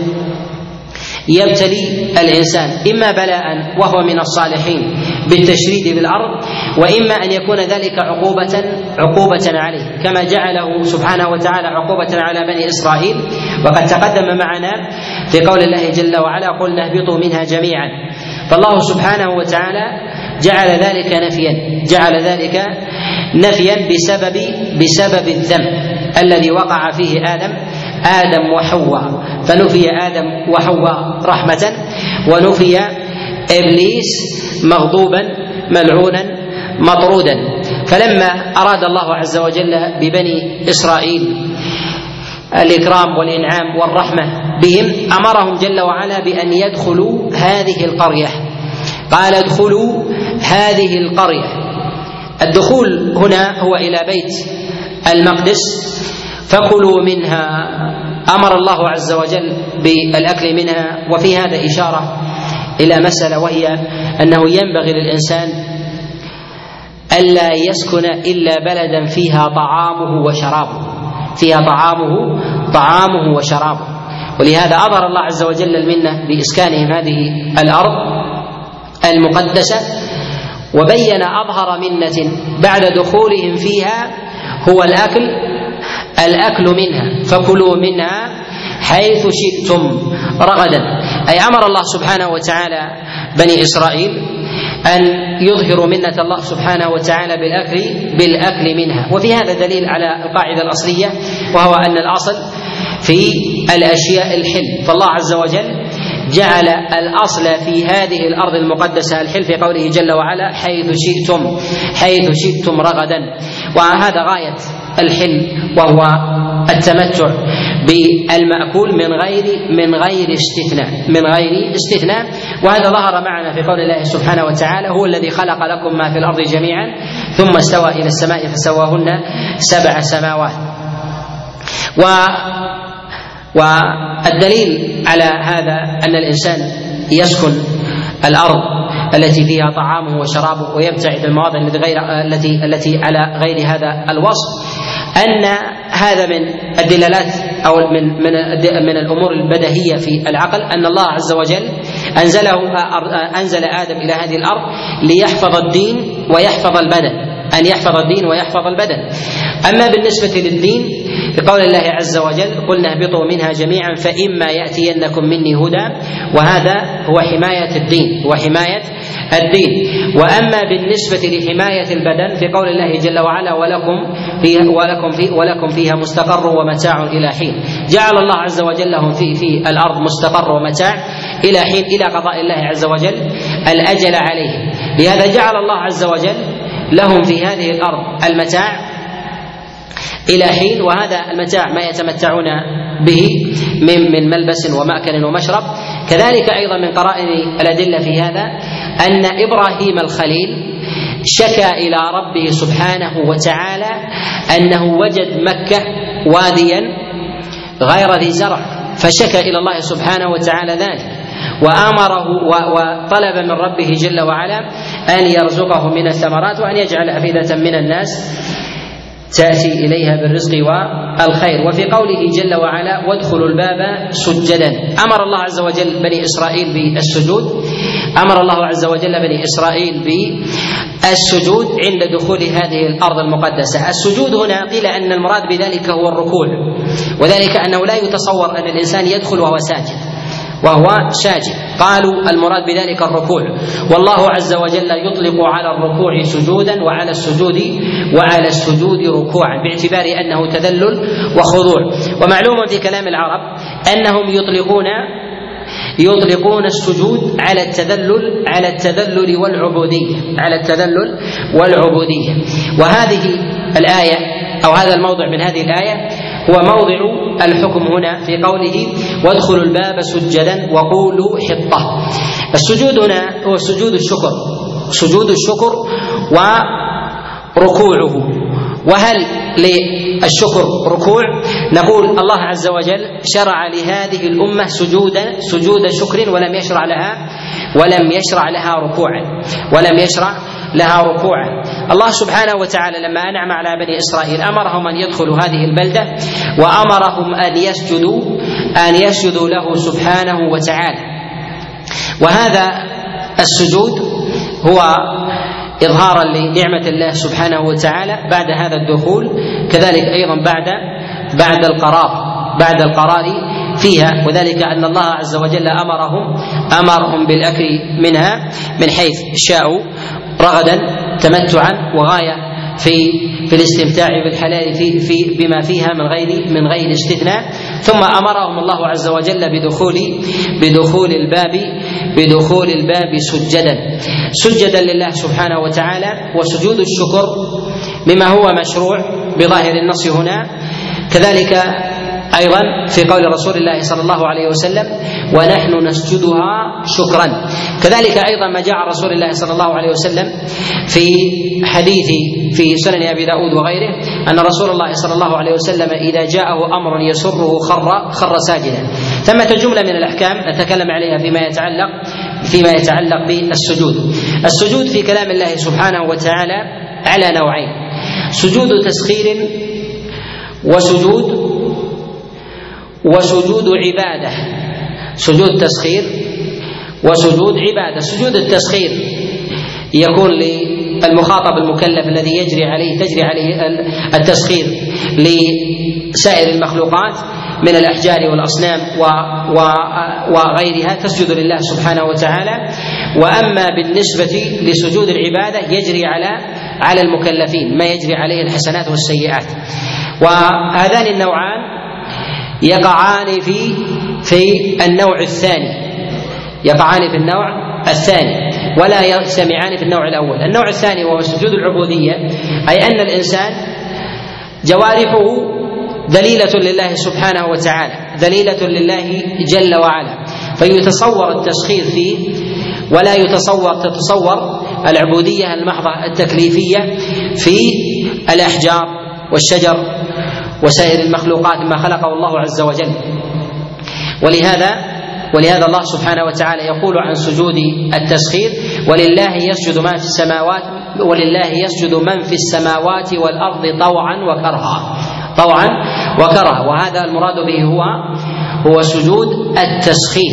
يبتلي الإنسان إما بلاء وهو من الصالحين بالتشريد بالأرض، وإما أن يكون ذلك عقوبة عقوبة عليه كما جعله سبحانه وتعالى عقوبة على بني إسرائيل. وقد تقدم معنا في قول الله جل وعلا قلنا اهبطوا منها جميعا، فالله سبحانه وتعالى جعل ذلك نفيا جعل ذلك نفيا بسبب بسبب الذنب الذي وقع فيه آدم آدم وحواء، فنفي آدم وحواء رحمة، ونفي إبليس مغضوبا ملعونا مطرودا. فلما أراد الله عز وجل ببني إسرائيل الإكرام والإنعام والرحمة بهم أمرهم جل وعلا بأن يدخلوا هذه القرية، قال ادخلوا هذه القرية. الدخول هنا هو إلى بيت المقدس، فكلوا منها، أمر الله عز وجل بالأكل منها. وفي هذا إشارة إلى مسألة، وهي أنه ينبغي للإنسان ألا يسكن إلا بلدا فيها طعامه وشرابه فيها طعامه طعامه وشرابه ولهذا أظهر الله عز وجل المنة بإسكانهم هذه الأرض المقدسة، وبين أظهر منة بعد دخولهم فيها هو الأكل الأكل منها، فكلوا منها حيث شئتم رغدا، أي أمر الله سبحانه وتعالى بني إسرائيل أن يظهروا منة الله سبحانه وتعالى بالأكل بالأكل منها. وفي هذا دليل على القاعدة الأصلية، وهو أن الأصل في الأشياء الحل، فالله عز وجل جعل الأصل في هذه الأرض المقدسة الحل في قوله جل وعلا حيث شئتم حيث شئتم رغدا، وهذا غاية الحل وهو التمتع بالمأكول من غير من غير استثناء من غير استثناء وهذا ظهر معنا في قول الله سبحانه وتعالى هو الذي خلق لكم ما في الأرض جميعا ثم استوى إلى السماء فسواهن سبع سماوات. و والدليل على هذا أن الإنسان يسكن الأرض التي فيها طعامه وشرابه ويبتعد المواضع التي غير التي التي على غير هذا الوصف، أن هذا من الدلالات أو من من من الأمور البديهية في العقل، أن الله عز وجل أنزله أنزل آدم إلى هذه الأرض ليحفظ الدين ويحفظ البدن، أن يحفظ الدين ويحفظ البدن. أما بالنسبة للدين لقول الله عز وجل قلنا اهبطوا منها جميعا فإما يأتينكم مني هدى، وهذا هو حماية الدين وحماية الدين. وأما بالنسبة لحماية البدن في قول الله جل وعلا ولكم فيها ولكم في ولكم فيها مستقر ومتاع إلى حين، جعل الله عز وجل لهم في في الأرض مستقر ومتاع إلى حين، إلى قضاء الله عز وجل الأجل عليهم. لهذا جعل الله عز وجل لهم في هذه الأرض المتاع إلى حين، وهذا المتاع ما يتمتعون به من من ملبس ومأكل ومشرب. كذلك أيضا من قرائن الأدلة في هذا أن إبراهيم الخليل شكا إلى ربه سبحانه وتعالى أنه وجد مكة واديا غير ذي زرع، فشكا إلى الله سبحانه وتعالى ذلك، وآمره وطلب من ربه جل وعلا أن يرزقه من الثمرات وأن يجعل أفئدة من الناس تأتي إليها بالرزق والخير. وفي قوله جل وعلا وادخلوا الباب سجدا، أمر الله عز وجل بني إسرائيل بالسجود، أمر الله عز وجل بني إسرائيل بالسجود عند دخول هذه الأرض المقدسة. السجود هنا قيل أن المراد بذلك هو الركوع، وذلك أنه لا يتصور أن الإنسان يدخل وهو ساجد وهو ساجد، قالوا المراد بذلك الركوع، والله عز وجل يطلق على الركوع سجودا وعلى السجود وعلى السجود ركوعا، باعتبار أنه تذلل وخضوع. ومعلوم في كلام العرب أنهم يطلقون يطلقون السجود على التذلل على التذلل والعبودية على التذلل والعبودية. وهذه الآية أو هذا الموضع من هذه الآية هو موضع الحكم هنا في قوله وادخلوا الباب سجدا وقولوا حطة. السجود هنا هو سجود الشكر، سجود الشكر وركوعه. وهل للشكر ركوع؟ نقول الله عز وجل شرع لهذه الأمة سجودا سجود شكر ولم يشرع لها ولم يشرع لها ركوعا ولم يشرع لها ركوعا. الله سبحانه وتعالى لما أنعم على بني إسرائيل أمرهم أن يدخلوا هذه البلدة وأمرهم أن يسجدوا أن يسجدوا له سبحانه وتعالى. وهذا السجود هو إظهارا لنعمة الله سبحانه وتعالى بعد هذا الدخول، كذلك أيضا بعد بعد القرار بعد القرار فيها، وذلك أن الله عز وجل أمرهم أمرهم بالأكل منها من حيث شاءوا رغدا تمتعا وغاية في في الاستمتاع بالحلال في في بما فيها من غير من غير استثناء. ثم أمرهم الله عز وجل بدخول بدخول الباب بدخول الباب سجدا سجدا لله سبحانه وتعالى. وسجود الشكر مما هو مشروع بظاهر النص هنا، كذلك أيضا في قول رسول الله صلى الله عليه وسلم ونحن نسجدها شكرا. كذلك أيضا ما جاء رسول الله صلى الله عليه وسلم في حديث في سنن أبي داود وغيره أن رسول الله صلى الله عليه وسلم إذا جاءه أمر يسره خر خر ساجدا. ثمة جملة من الأحكام نتكلم عليها فيما يتعلق فيما يتعلق بالسجود. السجود في كلام الله سبحانه وتعالى على نوعين: سجود تسخير وسجود وسجود عبادة. سجود تسخير وسجود عبادة. سجود التسخير يكون للمخاطب المكلف الذي يجري عليه تجري عليه التسخير لسائر المخلوقات من الأحجار والأصنام وغيرها تسجد لله سبحانه وتعالى. وأما بالنسبة لسجود العبادة يجري على على المكلفين ما يجري عليه الحسنات والسيئات. وهذان النوعان يقعان في في النوع الثاني يقعان في النوع الثاني ولا يجتمعان في النوع الأول. النوع الثاني وهو سجود العبودية، أي أن الإنسان جوارحه ذليلة لله سبحانه وتعالى ذليلة لله جل وعلا، فيتصور التسخير فيه ولا يتصور تتصور العبودية المحضة التكليفية في الأحجار والشجر وسائر المخلوقات ما خلقه الله عز وجل. ولهذا ولهذا الله سبحانه وتعالى يقول عن سجود التسخير ولله يسجد ما في السماوات ولله يسجد من في السماوات والأرض طوعا وكرها طوعا وكرها. وهذا المراد به هو هو سجود التسخير.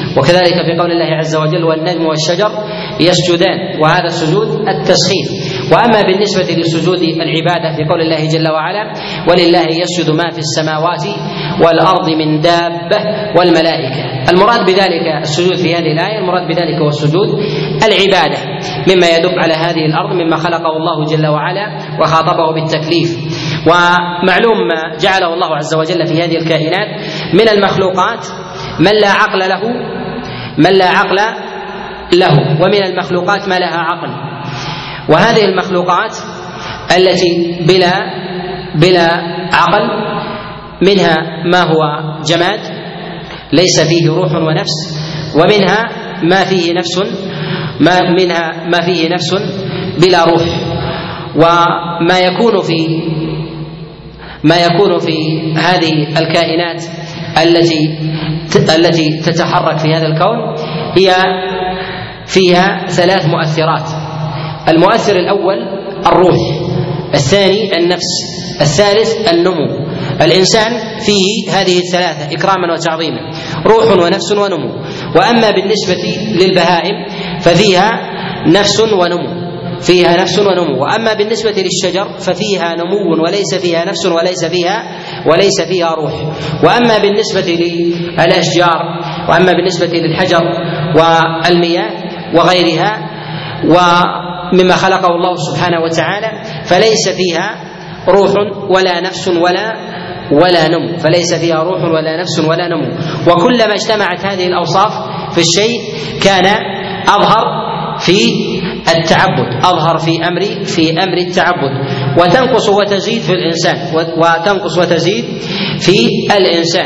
وكذلك في قول الله عز وجل والنجم والشجر يسجدان، وهذا السجود التسخير. وأما بالنسبة لسجود العبادة في قول الله جل وعلا ولله يسجد ما في السماوات والأرض من دابة والملائكة، المراد بذلك السجود في هذه الآية المراد بذلك هو السجود العبادة مما يدب على هذه الأرض مما خلقه الله جل وعلا وخاطبه بالتكليف. ومعلوم ما جعله الله عز وجل في هذه الكائنات من المخلوقات من لا عقل له من لا عقل له ومن المخلوقات ما لها عقل. وهذه المخلوقات التي بلا بلا عقل منها ما هو جماد ليس فيه روح ونفس، ومنها ما فيه نفس ما منها ما فيه نفس بلا روح. وما يكون في ما يكون في هذه الكائنات التي التي تتحرك في هذا الكون هي فيها ثلاث مؤثرات: المؤثر الأول الروح، الثاني النفس، الثالث النمو. الإنسان فيه هذه الثلاثة إكراما وتعظيما، روح ونفس ونمو. وأما بالنسبة للبهائم ففيها نفس ونمو فيها نفس ونمو وأما بالنسبة للشجر ففيها نمو وليس فيها نفس وليس فيها وليس فيها روح. وأما بالنسبة للأشجار وأما بالنسبة للحجر والمياه وغيرها ومما خلقه الله سبحانه وتعالى فليس فيها روح ولا نفس ولا ولا نمو فليس فيها روح ولا نفس ولا نمو. وكلما اجتمعت هذه الأوصاف في الشيء كان أظهر في التعبد أظهر في أمر في أمر التعبد، وتنقص وتزيد في الإنسان وتنقص وتزيد في الإنسان.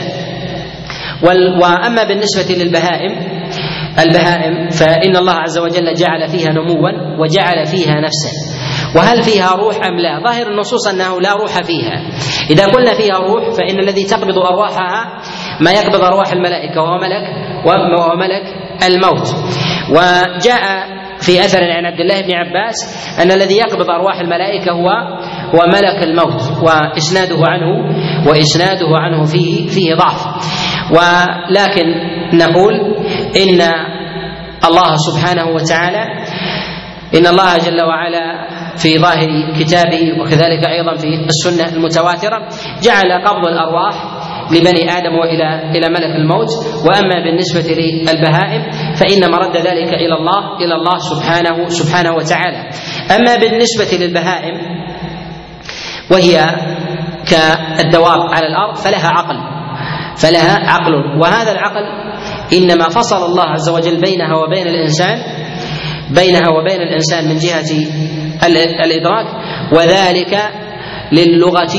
وأما بالنسبة للبهائم البهائم فإن الله عز وجل جعل فيها نموا وجعل فيها نفسا. وهل فيها روح أم لا؟ ظاهر النصوص أنه لا روح فيها. إذا قلنا فيها روح فإن الذي تقبض أرواحها ما يقبض أرواح الملائكة وهو ملك وهو ملك الموت. وجاء في أثر عن عبد الله بن عباس أن الذي يقبض أرواح الملائكة هو هو ملك الموت، وإسناده عنه وإسناده عنه فيه فيه ضعف. ولكن نقول إن الله سبحانه وتعالى إن الله جل وعلا في ظاهر كتابه وكذلك أيضا في السنة المتواترة جعل قبض الأرواح لبني آدم وإلى إلى ملك الموت. وأما بالنسبة للبهائم فإن مرد ذلك إلى الله إلى الله سبحانه سبحانه وتعالى. أما بالنسبة للبهائم وهي كالدواب على الأرض فلها عقل فلها عقل وهذا العقل إنما فصل الله عز وجل بينها وبين الإنسان بينها وبين الإنسان من جهة الإدراك، وذلك للغة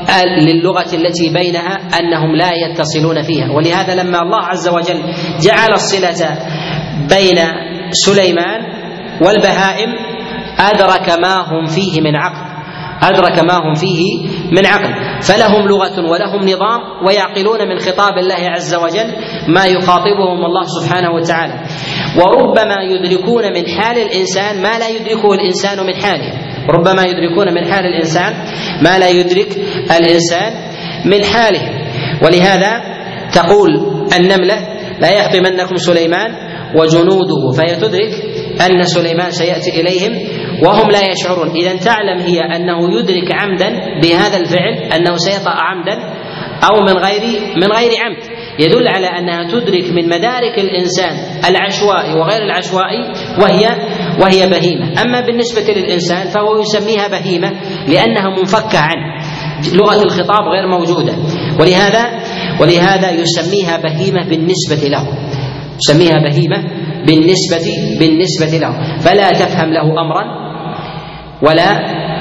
للغة التي بينها أنهم لا يتصلون فيها. ولهذا لما الله عز وجل جعل الصلة بين سليمان والبهائم أدرك ما هم فيه من عقل أدرك ما هم فيه من عقل فلهم لغة ولهم نظام ويعقلون من خطاب الله عز وجل ما يخاطبهم الله سبحانه وتعالى. وربما يدركون من حال الإنسان ما لا يدركه الإنسان من حاله ربما يدركون من حال الإنسان ما لا يدرك الإنسان من حاله. ولهذا تقول النملة لا يحطمنكم سليمان وجنوده، فهي تدرك أن سليمان سيأتي إليهم وهم لا يشعرون. إذن تعلم هي أنه يدرك عمدا بهذا الفعل أنه سيطأ عمدا أو من غير من غير عمد، يدل على أنها تدرك من مدارك الإنسان العشوائي وغير العشوائي وهي وهي بهيمة. أما بالنسبة للإنسان فهو يسميها بهيمة لأنها منفكة عنه، لغة الخطاب غير موجودة، ولهذا ولهذا يسميها بهيمة بالنسبة له يسميها بهيمة بالنسبة بالنسبة له فلا تفهم له أمرا ولا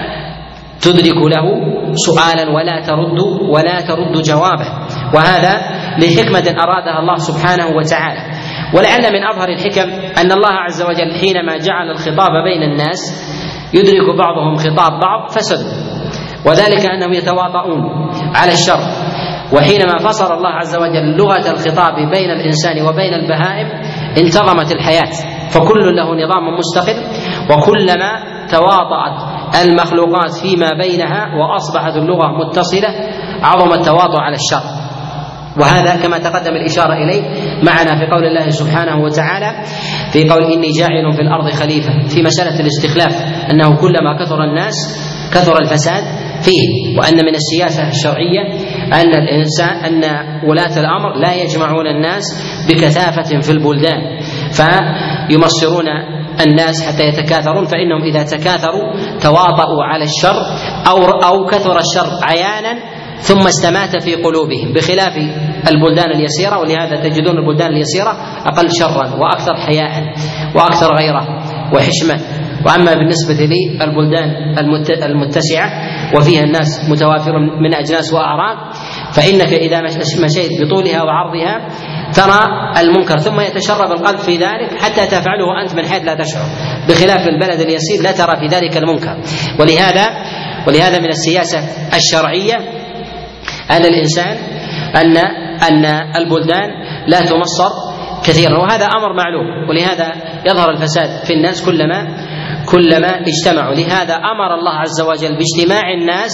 تدرك له سؤالا ولا ترد ولا ترد جوابه، وهذا لحكمة أرادها الله سبحانه وتعالى. ولعل من أظهر الحكم أن الله عز وجل حينما جعل الخطاب بين الناس يدرك بعضهم خطاب بعض فسدوا، وذلك أنهم يتواطؤون على الشر. وحينما فصل الله عز وجل لغة الخطاب بين الإنسان وبين البهائم انتظمت الحياة، فكل له نظام مستقل، وكلما تواطأت المخلوقات فيما بينها وأصبحت اللغة متصلة عظم التواطؤ على الشر. وهذا كما تقدم الإشارة إليه معنا في قول الله سبحانه وتعالى في قول إني جاعل في الأرض خليفة في مسألة الاستخلاف، أنه كلما كثر الناس كثر الفساد فيه، وأن من السياسة الشرعية أن الإنسان أن ولاة الأمر لا يجمعون الناس بكثافة في البلدان فيمصرون الناس حتى يتكاثرون، فإنهم إذا تكاثروا تواطؤوا على الشر أو أو كثر الشر عيانا ثم استمات في قلوبهم، بخلاف البلدان اليسيرة. ولهذا تجدون البلدان اليسيرة أقل شرا وأكثر حياء وأكثر غيرة وحشمة. وأما بالنسبة للبلدان المتسعة وفيها الناس متوافر من أجناس وأعراق، فإنك إذا مشيت بطولها وعرضها ترى المنكر ثم يتشرب القلب في ذلك حتى تفعله أنت من حيث لا تشعر، بخلاف البلد اليسير لا ترى في ذلك المنكر. ولهذا ولهذا من السياسة الشرعية أن الإنسان أن أن البلدان لا تمصر كثيرا، وهذا أمر معلوم. ولهذا يظهر الفساد في الناس كلما كلما اجتمعوا. لهذا أمر الله عز وجل باجتماع الناس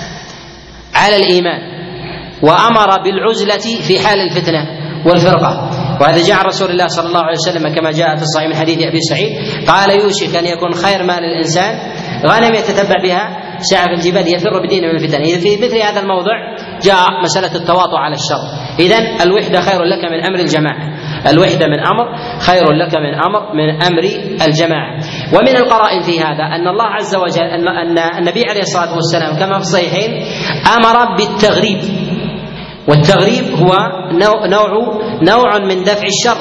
على الإيمان، وأمر بالعزلة في حال الفتنة والفرقة. وهذا جاء رسول الله صلى الله عليه وسلم كما جاء في الصحيح من حديث أبي سعيد قال يوشك أن يكون خير مال الإنسان غنم يتتبع بها سعف الجبال يفر بدينه من الفتن. إذا في مثل هذا الموضع جاء مسألة التواطؤ على الشر. إذن الوحدة خير لك من أمر الجماعة، الوحدة من أمر خير لك من أمر من أمر الجماعة. ومن القرائن في هذا أن الله عز وجل أن النبي عليه الصلاة والسلام كما في الصحيحين أمر بالتغريب، والتغريب هو نوع نوع من دفع الشر،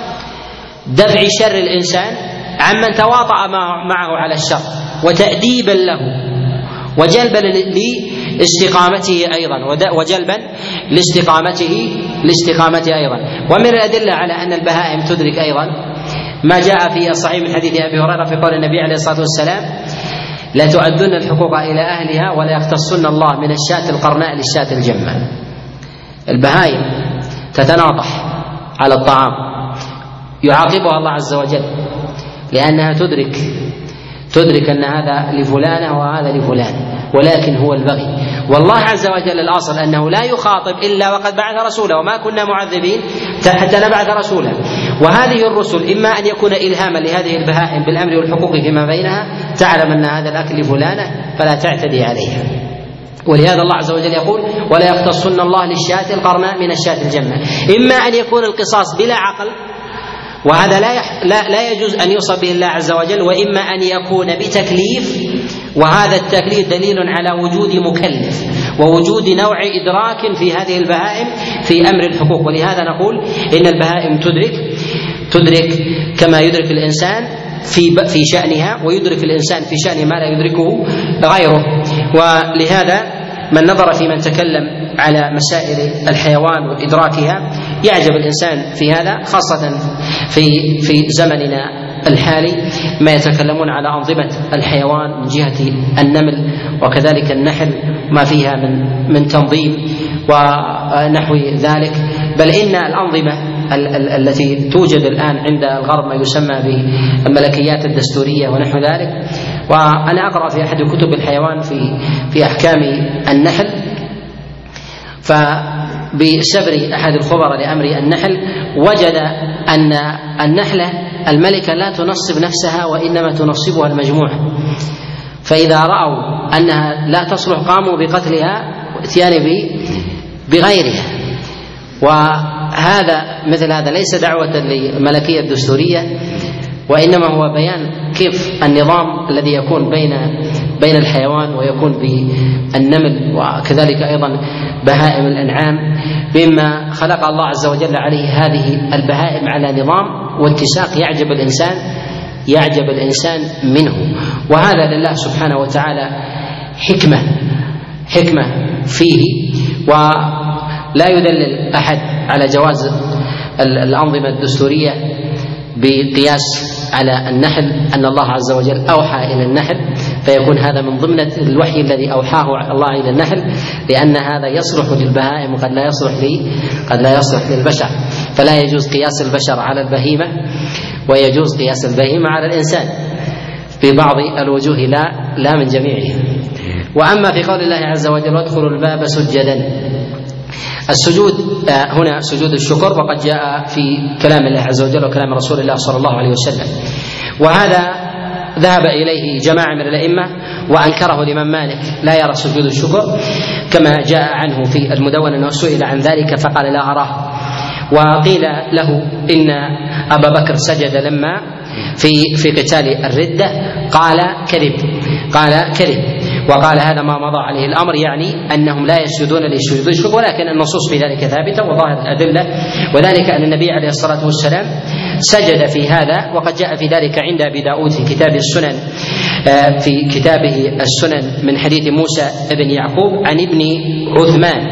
دفع شر الإنسان عمن تواطأ معه على الشر، وتأديبا له وجلبا لاستقامته أيضا وجلبا لاستقامته لاستقامته أيضا. ومن الأدلة على أن البهائم تدرك أيضا ما جاء في الصحيح من حديث أبي هريرة في قول النبي عليه الصلاة والسلام لا تؤدون الحقوق إلى أهلها ولا يختصن الله من الشاة القرناء للشاة الجمة. البهائم تتناطح على الطعام يعاقبها الله عز وجل لأنها تدرك تدرك أن هذا لفلانة وهذا لفلان، ولكن هو البغي. والله عز وجل الأصل أنه لا يخاطب إلا وقد بعث رسوله، وما كنا معذبين حتى نبعث رسولا. وهذه الرسل إما أن يكون إلهاما لهذه البهائم بالأمر والحقوق فيما بينها، تعلم أن هذا الأكل لفلانة فلا تعتدي عليها. ولهذا الله عز وجل يقول ولا يختصن الله للشاة القرناء من الشاة الجمة. إما أن يكون القصاص بلا عقل، وهذا لا, يح... لا لا يجوز أن يوصف به الله عز وجل، وإما أن يكون بتكليف، وهذا التكليف دليل على وجود مكلف ووجود نوع إدراك في هذه البهائم في أمر الحقوق. ولهذا نقول إن البهائم تدرك تدرك كما يدرك الإنسان في في شأنها، ويدرك الإنسان في شأن ما لا يدركه غيره. ولهذا من نظر في من تكلم على مسائل الحيوان وإدراكها يعجب الإنسان في هذا، خاصة في في زمننا الحالي ما يتكلمون على أنظمة الحيوان من جهة النمل وكذلك النحل ما فيها من من تنظيم ونحو ذلك. بل إن الأنظمة التي توجد الآن عند الغرب ما يسمى بالملكيات الدستورية ونحو ذلك، وأنا أقرأ في أحد كتب الحيوان في في أحكام النحل، فبسبر أحد الخبراء لأمر النحل وجد أن النحلة الملكة لا تنصب نفسها وإنما تنصبها المجموعة، فإذا رأوا أنها لا تصلح قاموا بقتلها واتيان بغيرها. وهذا مثل هذا ليس دعوة للملكية الدستورية، وإنما هو بيان كيف النظام الذي يكون بين بين الحيوان ويكون بالنمل وكذلك أيضا بهائم الأنعام، مما خلق الله عز وجل عليه هذه البهائم على نظام واتساق يعجب الإنسان يعجب الإنسان منه. وهذا لله سبحانه وتعالى حكمة حكمة فيه، ولا يدلل أحد على جواز الأنظمة الدستورية بقياس على النحل أن الله عز وجل أوحى إلى النحل، فيكون هذا من ضمن الوحي الذي أوحاه الله إلى النحل، لأن هذا يصلح للبهائم وقد لا يصلح لي قد لا يصلح للبشر، فلا يجوز قياس البشر على البهيمة ويجوز قياس البهيمة على الإنسان في بعض الوجوه لا لا من جميعها. وأما في قول الله عز وجل وادخلوا الباب سجدا، السجود هنا سجود الشكر، وقد جاء في كلام الله عز وجل وكلام رسول الله صلى الله عليه وسلم، وهذا ذهب إليه جماعة من الأئمة وأنكره الإمام مالك، لا يرى سجود الشكر كما جاء عنه في المدونة أنه سئل عن ذلك فقال لا أراه. وقيل له إن أبا بكر سجد لما في في قتال الردة، قال كذب قال كذب وقال هذا ما مضى عليه الأمر، يعني أنهم لا يسجدون لسجود الشكر، ولكن النصوص في ذلك ثابتة وظاهر الأدلة، وذلك أن النبي عليه الصلاة والسلام سجد في هذا، وقد جاء في ذلك عند أبي داود في كتاب السنن في كتابه السنن من حديث موسى بن يعقوب عن ابن عثمان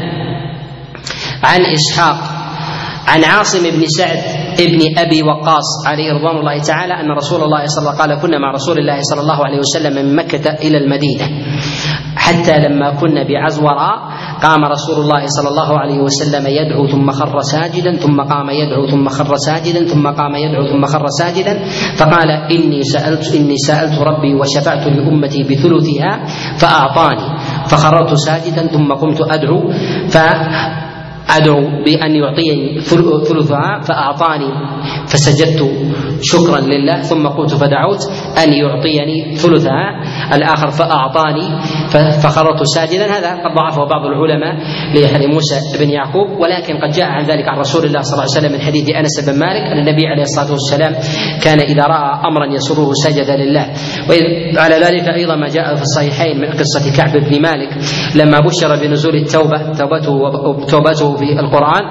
عن إسحاق عن عاصم بن سعد ابن أبي وقاص عليه رضوان الله تعالى أن رسول الله صلى الله عليه وسلم قال كنا مع رسول الله صلى الله عليه وسلم من مكة إلى المدينة حتى لما كنا بعزوراء قام رسول الله صلى الله عليه وسلم يدعو ثم خر ساجدا ثم قام يدعو ثم خر ساجدا ثم قام يدعو ثم خر ساجدا فقال إني سألت إني سألت ربي وشفعت لأمتي بثلثها فأعطاني فخررت ساجدا ثم قمت أدعو ف أدعو بأن يعطيني ثلثها فأعطاني فسجدت شكرا لله ثم قلت فدعوت أن يعطيني ثلثها الآخر فأعطاني فخررت ساجدا. هذا قد ضعفه بعض العلماء لحديث موسى بن يعقوب، ولكن قد جاء عن ذلك عن رسول الله صلى الله عليه وسلم من حديث أنس بن مالك أن النبي عليه الصلاة والسلام كان إذا رأى أمرا يسره سجد لله. وعلى ذلك أيضا ما جاء في الصحيحين من قصة كعب بن مالك لما بشر بنزول التوبة توبته توبته في القرآن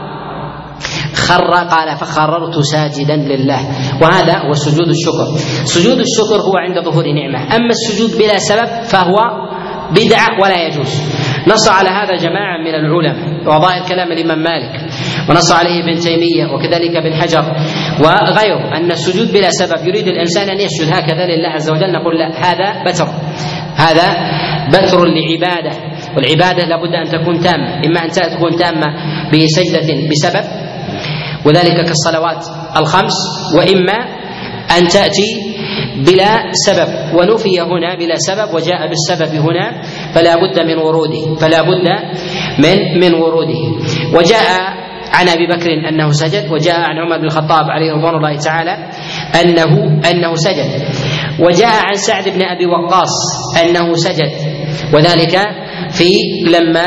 خر قال فخررت ساجدا لله، وهذا هو سجود الشكر. سجود الشكر هو عند ظهور نعمة، أما السجود بلا سبب فهو بدعة ولا يجوز. نص على هذا جماعة من العلماء وظاهر كلام الإمام مالك، ونص عليه ابن تيمية وكذلك ابن حجر وغيره أن السجود بلا سبب يريد الإنسان أن يسجد هكذا لله عز وجل، نقول لا، هذا بتر هذا بتر لعبادة، والعبادة لابد أن تكون تامة، إما أن تكون تامة بسجدة بسبب وذلك كالصلوات الخمس، وإما أن تأتي بلا سبب، ونفي هنا بلا سبب وجاء بالسبب هنا فلا بد من وروده فلا بد من من وروده. وجاء عن أبي بكر أنه سجد، وجاء عن عمر بن الخطاب عليه رضوان الله تعالى أنه أنه سجد، وجاء عن سعد بن أبي وقاص أنه سجد، وذلك في لما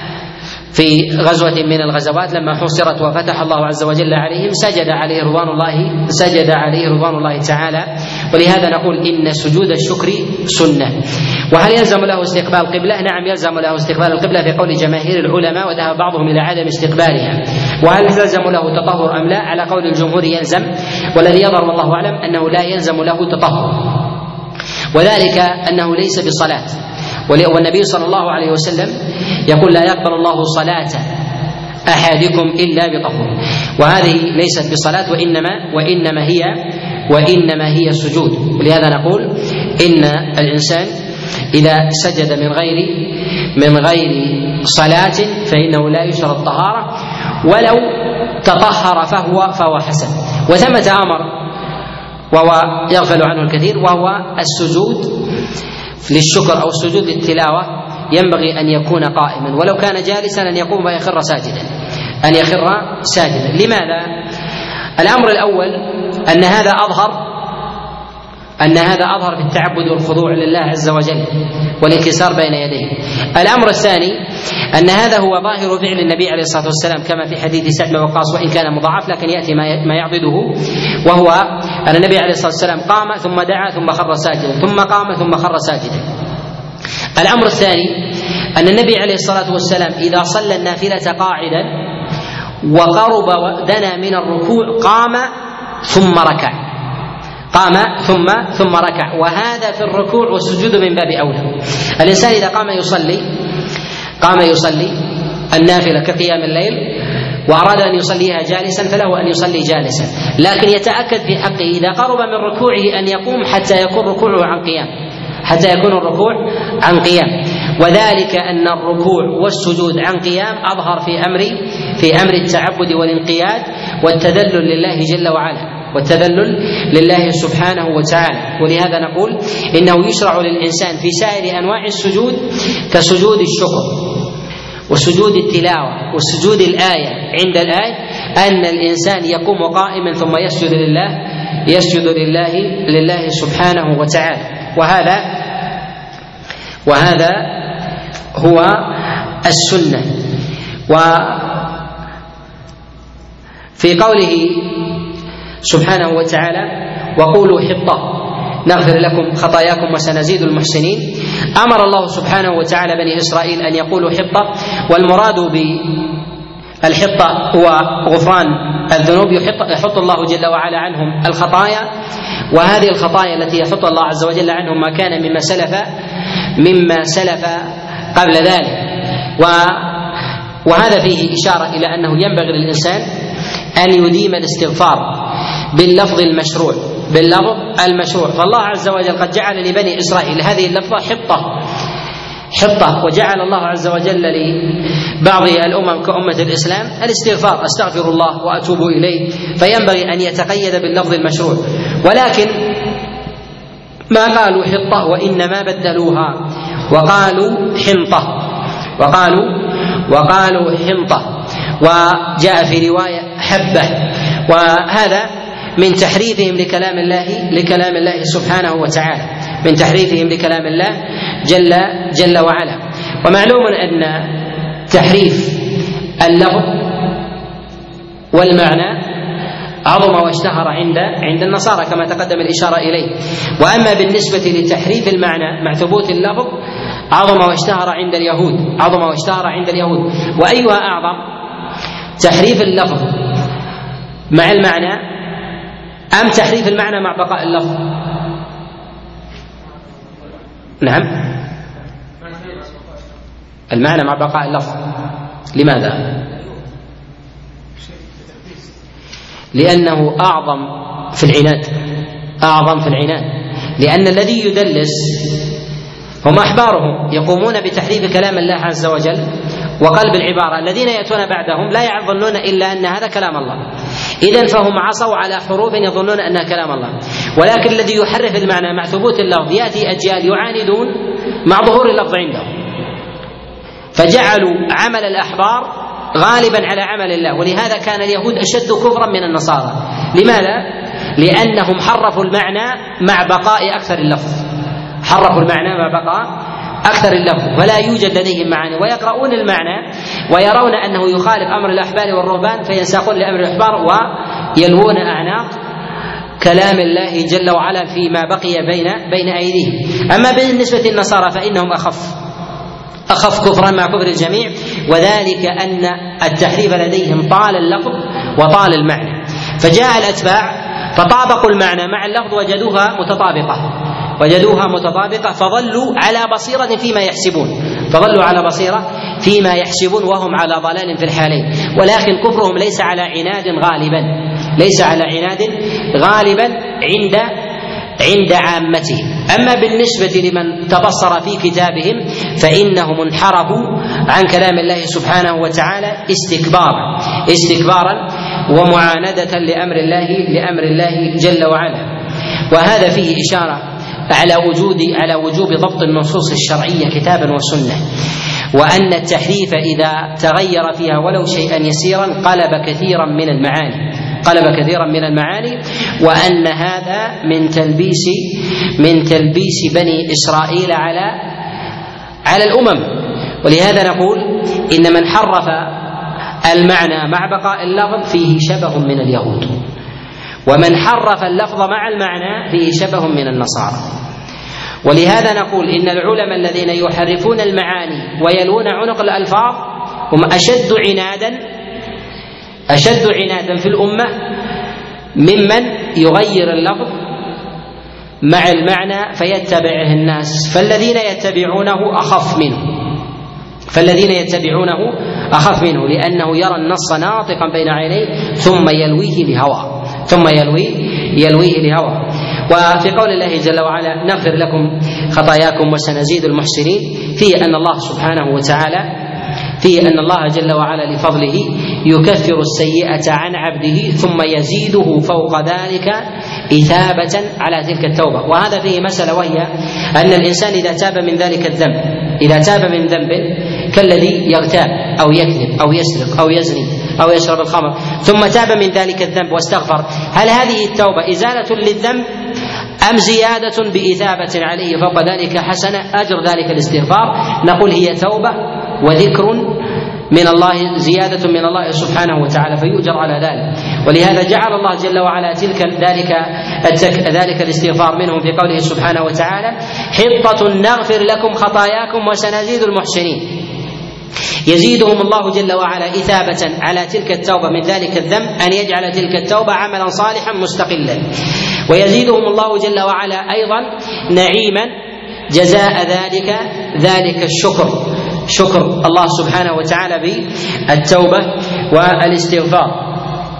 في غزوة من الغزوات لما حصرت وفتح الله عز وجل عليهم سجد عليه رضوان الله سجد عليه رضوان الله تعالى. ولهذا نقول إن سجود الشكر سنة. وهل يلزم له استقبال القبلة؟ نعم يلزم له استقبال القبلة في قول جماهير العلماء، وذهب بعضهم إلى عدم استقبالها. وهل يلزم له تطهر أم لا؟ على قول الجمهور يلزم، والذي يظهر والله أعلم أنه لا يلزم له تطهر، وذلك أنه ليس بصلاة، والنبي صلى الله عليه وسلم يقول لا يقبل الله صلاة أحدكم إلا بطهور، وهذه ليست بصلاة وإنما وإنما هي وإنما هي سجود. ولهذا نقول إن الإنسان إذا سجد من غير من غير صلاة فإنه لا يشرط الطهارة، ولو تطهر فهو فهو حسن. وثمة أمر وهو يغفل عنه الكثير، وهو السجود للشكر أو السجود للتلاوة ينبغي أن يكون قائما، ولو كان جالسا أن يقوم ويخر ساجدا أن يخر ساجدا. لماذا؟ الأمر الأول أن هذا أظهر أن هذا أظهر في التعبد والخضوع لله عز وجل والانكسار بين يديه. الأمر الثاني أن هذا هو ظاهر فعل النبي عليه الصلاة والسلام كما في حديث سعد بن وقاص، وإن كان مضاعف لكن يأتي ما يعضده، وهو أن النبي عليه الصلاة والسلام قام ثم دعا ثم خر ساجدا ثم قام ثم خر ساجدا. الأمر الثاني أن النبي عليه الصلاة والسلام إذا صلى النافلة قاعدا وقرب ودنا من الركوع قام ثم ركع قام ثم ثم ركع، وهذا في الركوع والسجود من باب أولى. الإنسان إذا قام يصلي قام يصلي النافلة كقيام الليل وأراد أن يصليها جالسا فله أن يصلي جالسا، لكن يتأكد في حقه إذا قرب من ركوعه أن يقوم حتى يكون ركوعه عن قيام حتى يكون الركوع عن قيام وذلك أن الركوع والسجود عن قيام أظهر في أمر في أمر التعبد والانقياد والتذلل لله جل وعلا والتذلل لله سبحانه وتعالى. ولهذا نقول إنه يشرع للإنسان في سائر أنواع السجود كسجود الشكر وسجود التلاوة وسجود الآية عند الآية أن الإنسان يقوم قائما ثم يسجد لله يسجد لله لله سبحانه وتعالى. وهذا وهذا هو السنة. وفي قوله سبحانه وتعالى وقولوا حطة نغفر لكم خطاياكم وسنزيد المحسنين، أمر الله سبحانه وتعالى بني إسرائيل أن يقولوا حطة، والمراد بالحطة هو غفران الذنوب، يحط الله جل وعلا عنهم الخطايا، وهذه الخطايا التي يحط الله عز وجل عنهم ما كان مما سلف مما سلف قبل ذلك. وهذا فيه إشارة إلى أنه ينبغي للإنسان أن يديم الاستغفار باللفظ المشروع باللفظ المشروع فالله عز وجل قد جعل لبني إسرائيل هذه اللفظة حطة حطة وجعل الله عز وجل لبعض الأمم كأمة الإسلام الاستغفار، أستغفر الله وأتوب إليه، فينبغي أن يتقيد باللفظ المشروع. ولكن ما قالوا حطة وإنما بدلوها وقالوا حنطة وقالوا وقالوا حنطة وجاء في رواية حبة، وهذا من تحريفهم لكلام الله لكلام الله سبحانه وتعالى، من تحريفهم لكلام الله جل جل وعلا. ومعلوم أن تحريف اللفظ والمعنى عظم واشتهر عند عند النصارى كما تقدم الإشارة إليه، وأما بالنسبة لتحريف المعنى مع ثبوت اللفظ عظم واشتهر عند اليهود عظم واشتهر عند اليهود. وأيها أعظم، تحريف اللفظ مع المعنى أم تحريف المعنى مع بقاء اللفظ؟ نعم، المعنى مع بقاء اللفظ. لماذا؟ لأنه أعظم في العناد أعظم في العناد لأن الذي يدلس هم أحبارهم يقومون بتحريف كلام الله عز وجل وقلب العبارة، الذين يأتون بعدهم لا يظنون إلا أن هذا كلام الله، إذن فهم عصوا على حروف يظنون أنها كلام الله. ولكن الذي يحرف المعنى مع ثبوت اللفظ يأتي أجيال يعاندون مع ظهور اللفظ عندهم، فجعلوا عمل الأحبار غالبا على عمل الله. ولهذا كان اليهود أشد كفرا من النصارى. لماذا؟ لأنهم حرفوا المعنى مع بقاء أكثر اللفظ حرفوا المعنى مع بقاء أكثر اللفظ، ولا يوجد لديهم معاني، ويقرؤون المعنى ويرون أنه يخالف أمر الأحبار والرهبان فينساقون لأمر الأحبار ويلوون أعناق كلام الله جل وعلا فيما بقي بين بين أيديهم. أما بالنسبة للنصارى فإنهم أخف أخف كفرا مع كفر الجميع، وذلك أن التحريف لديهم طال اللفظ وطال المعنى، فجاء الأتباع فطابقوا المعنى مع اللفظ وجدوها متطابقة وجدوها متطابقة فظلوا على بصيرة فيما يحسبون فظلوا على بصيرة فيما يحسبون وهم على ضلال في الحالين. ولكن كفرهم ليس على عناد غالبا ليس على عناد غالبا عند عند عامتهم. أما بالنسبة لمن تبصر في كتابهم فإنهم انحرفوا عن كلام الله سبحانه وتعالى استكبارا استكبارا ومعاندة لأمر الله لأمر الله جل وعلا. وهذا فيه إشارة على وجود على وجوب ضبط النصوص الشرعية كتابا وسنة، وأن التحريف إذا تغير فيها ولو شيئا يسيرا قلب كثيرا من المعاني قلب كثيرا من المعاني وأن هذا من تلبيس من تلبيس بني إسرائيل على على الأمم. ولهذا نقول إن من حرف المعنى مع بقاء اللفظ فيه شبه من اليهود، ومن حرف اللفظ مع المعنى فيه شبه من النصارى. ولهذا نقول إن العلماء الذين يحرفون المعاني ويلون عنق الألفاظ هم أشد عنادا أشد عنادا في الأمة ممن يغير اللفظ مع المعنى فيتبعه الناس، فالذين يتبعونه أخف منه فالذين يتبعونه أخف منه لأنه يرى النص ناطقا بين عينيه ثم يلويه لهوى ثم يلويه يلويه لهوى. وفي قول الله جل وعلا نغفر لكم خطاياكم وسنزيد المحسنين فيه أن الله سبحانه وتعالى فيه أن الله جل وعلا لفضله يكفر السيئة عن عبده ثم يزيده فوق ذلك إثابة على تلك التوبة. وهذا فيه مسألة، وهي أن الإنسان إذا تاب من ذلك الذنب إذا تاب من ذنب كالذي يغتاب أو يكذب أو يسرق أو يزني أو يشرب الخمر ثم تاب من ذلك الذنب واستغفر، هل هذه التوبة إزالة للذنب أم زيادة بإثابة عليه فوق ذلك حسنة أجر ذلك الاستغفار؟ نقول هي توبة وذكر من الله، زيادة من الله سبحانه وتعالى، فيؤجر على ذلك. ولهذا جعل الله جل وعلا تلك ذلك ذلك الاستغفار منهم في قوله سبحانه وتعالى: حطة نغفر لكم خطاياكم وسنزيد المحسنين. يزيدهم الله جل وعلا إثابة على تلك التوبة من ذلك الذنب أن يجعل تلك التوبة عملا صالحا مستقلا، ويزيدهم الله جل وعلا أيضا نعيما جزاء ذلك ذلك الشكر، شكر الله سبحانه وتعالى بالتوبة والاستغفار.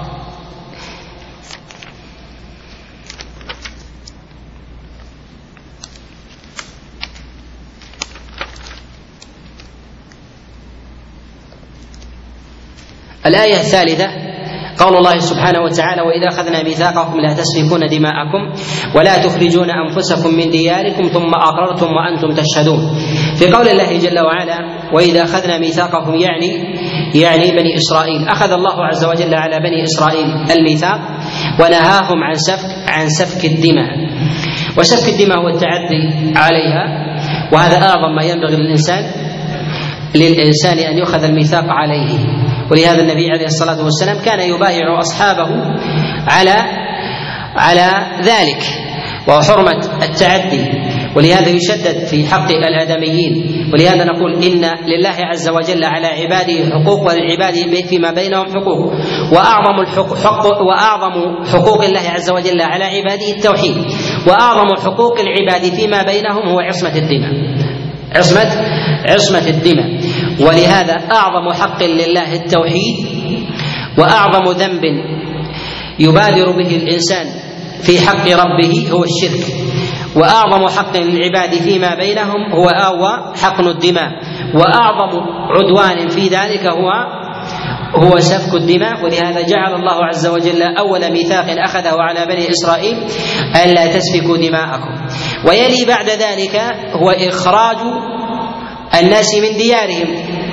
الآية الثالثة قول الله سبحانه وتعالى: وإذا أخذنا ميثاقكم لا تسفكون دماءكم ولا تخرجون أنفسكم من دياركم ثم أقررتم وأنتم تشهدون. في قول الله جل وعلا: وإذا أخذنا ميثاقكم يعني يعني بني إسرائيل، أخذ الله عز وجل على بني إسرائيل الميثاق ونهاهم عن سفك عن سفك الدماء، وسفك الدماء هو التعدي عليها، وهذا أعظم ما ينبغي للإنسان للإنسان أن يؤخذ الميثاق عليه. ولهذا النبي عليه الصلاة والسلام كان يبايع أصحابه على على ذلك وحرمة التعدي، ولهذا يشدد في حق الآدميين. ولهذا نقول إن لله عز وجل على عباده حقوق وللعباد فيما بينهم حقوق، وأعظم الحقوق وأعظم حقوق الله عز وجل على عباده التوحيد، وأعظم حقوق العباد فيما بينهم هو عصمة الدماء، عصمة عصمة الدماء. ولهذا أعظم حق لله التوحيد، وأعظم ذنب يبادر به الإنسان في حق ربه هو الشرك، وأعظم حق للعباد فيما بينهم هو هو حقن الدماء، وأعظم عدوان في ذلك هو هو سفك الدماء. ولهذا جعل الله عز وجل أول ميثاق أخذه على بني إسرائيل ألا تسفكوا دماءكم، ويلي بعد ذلك هو إخراج الناس من ديارهم.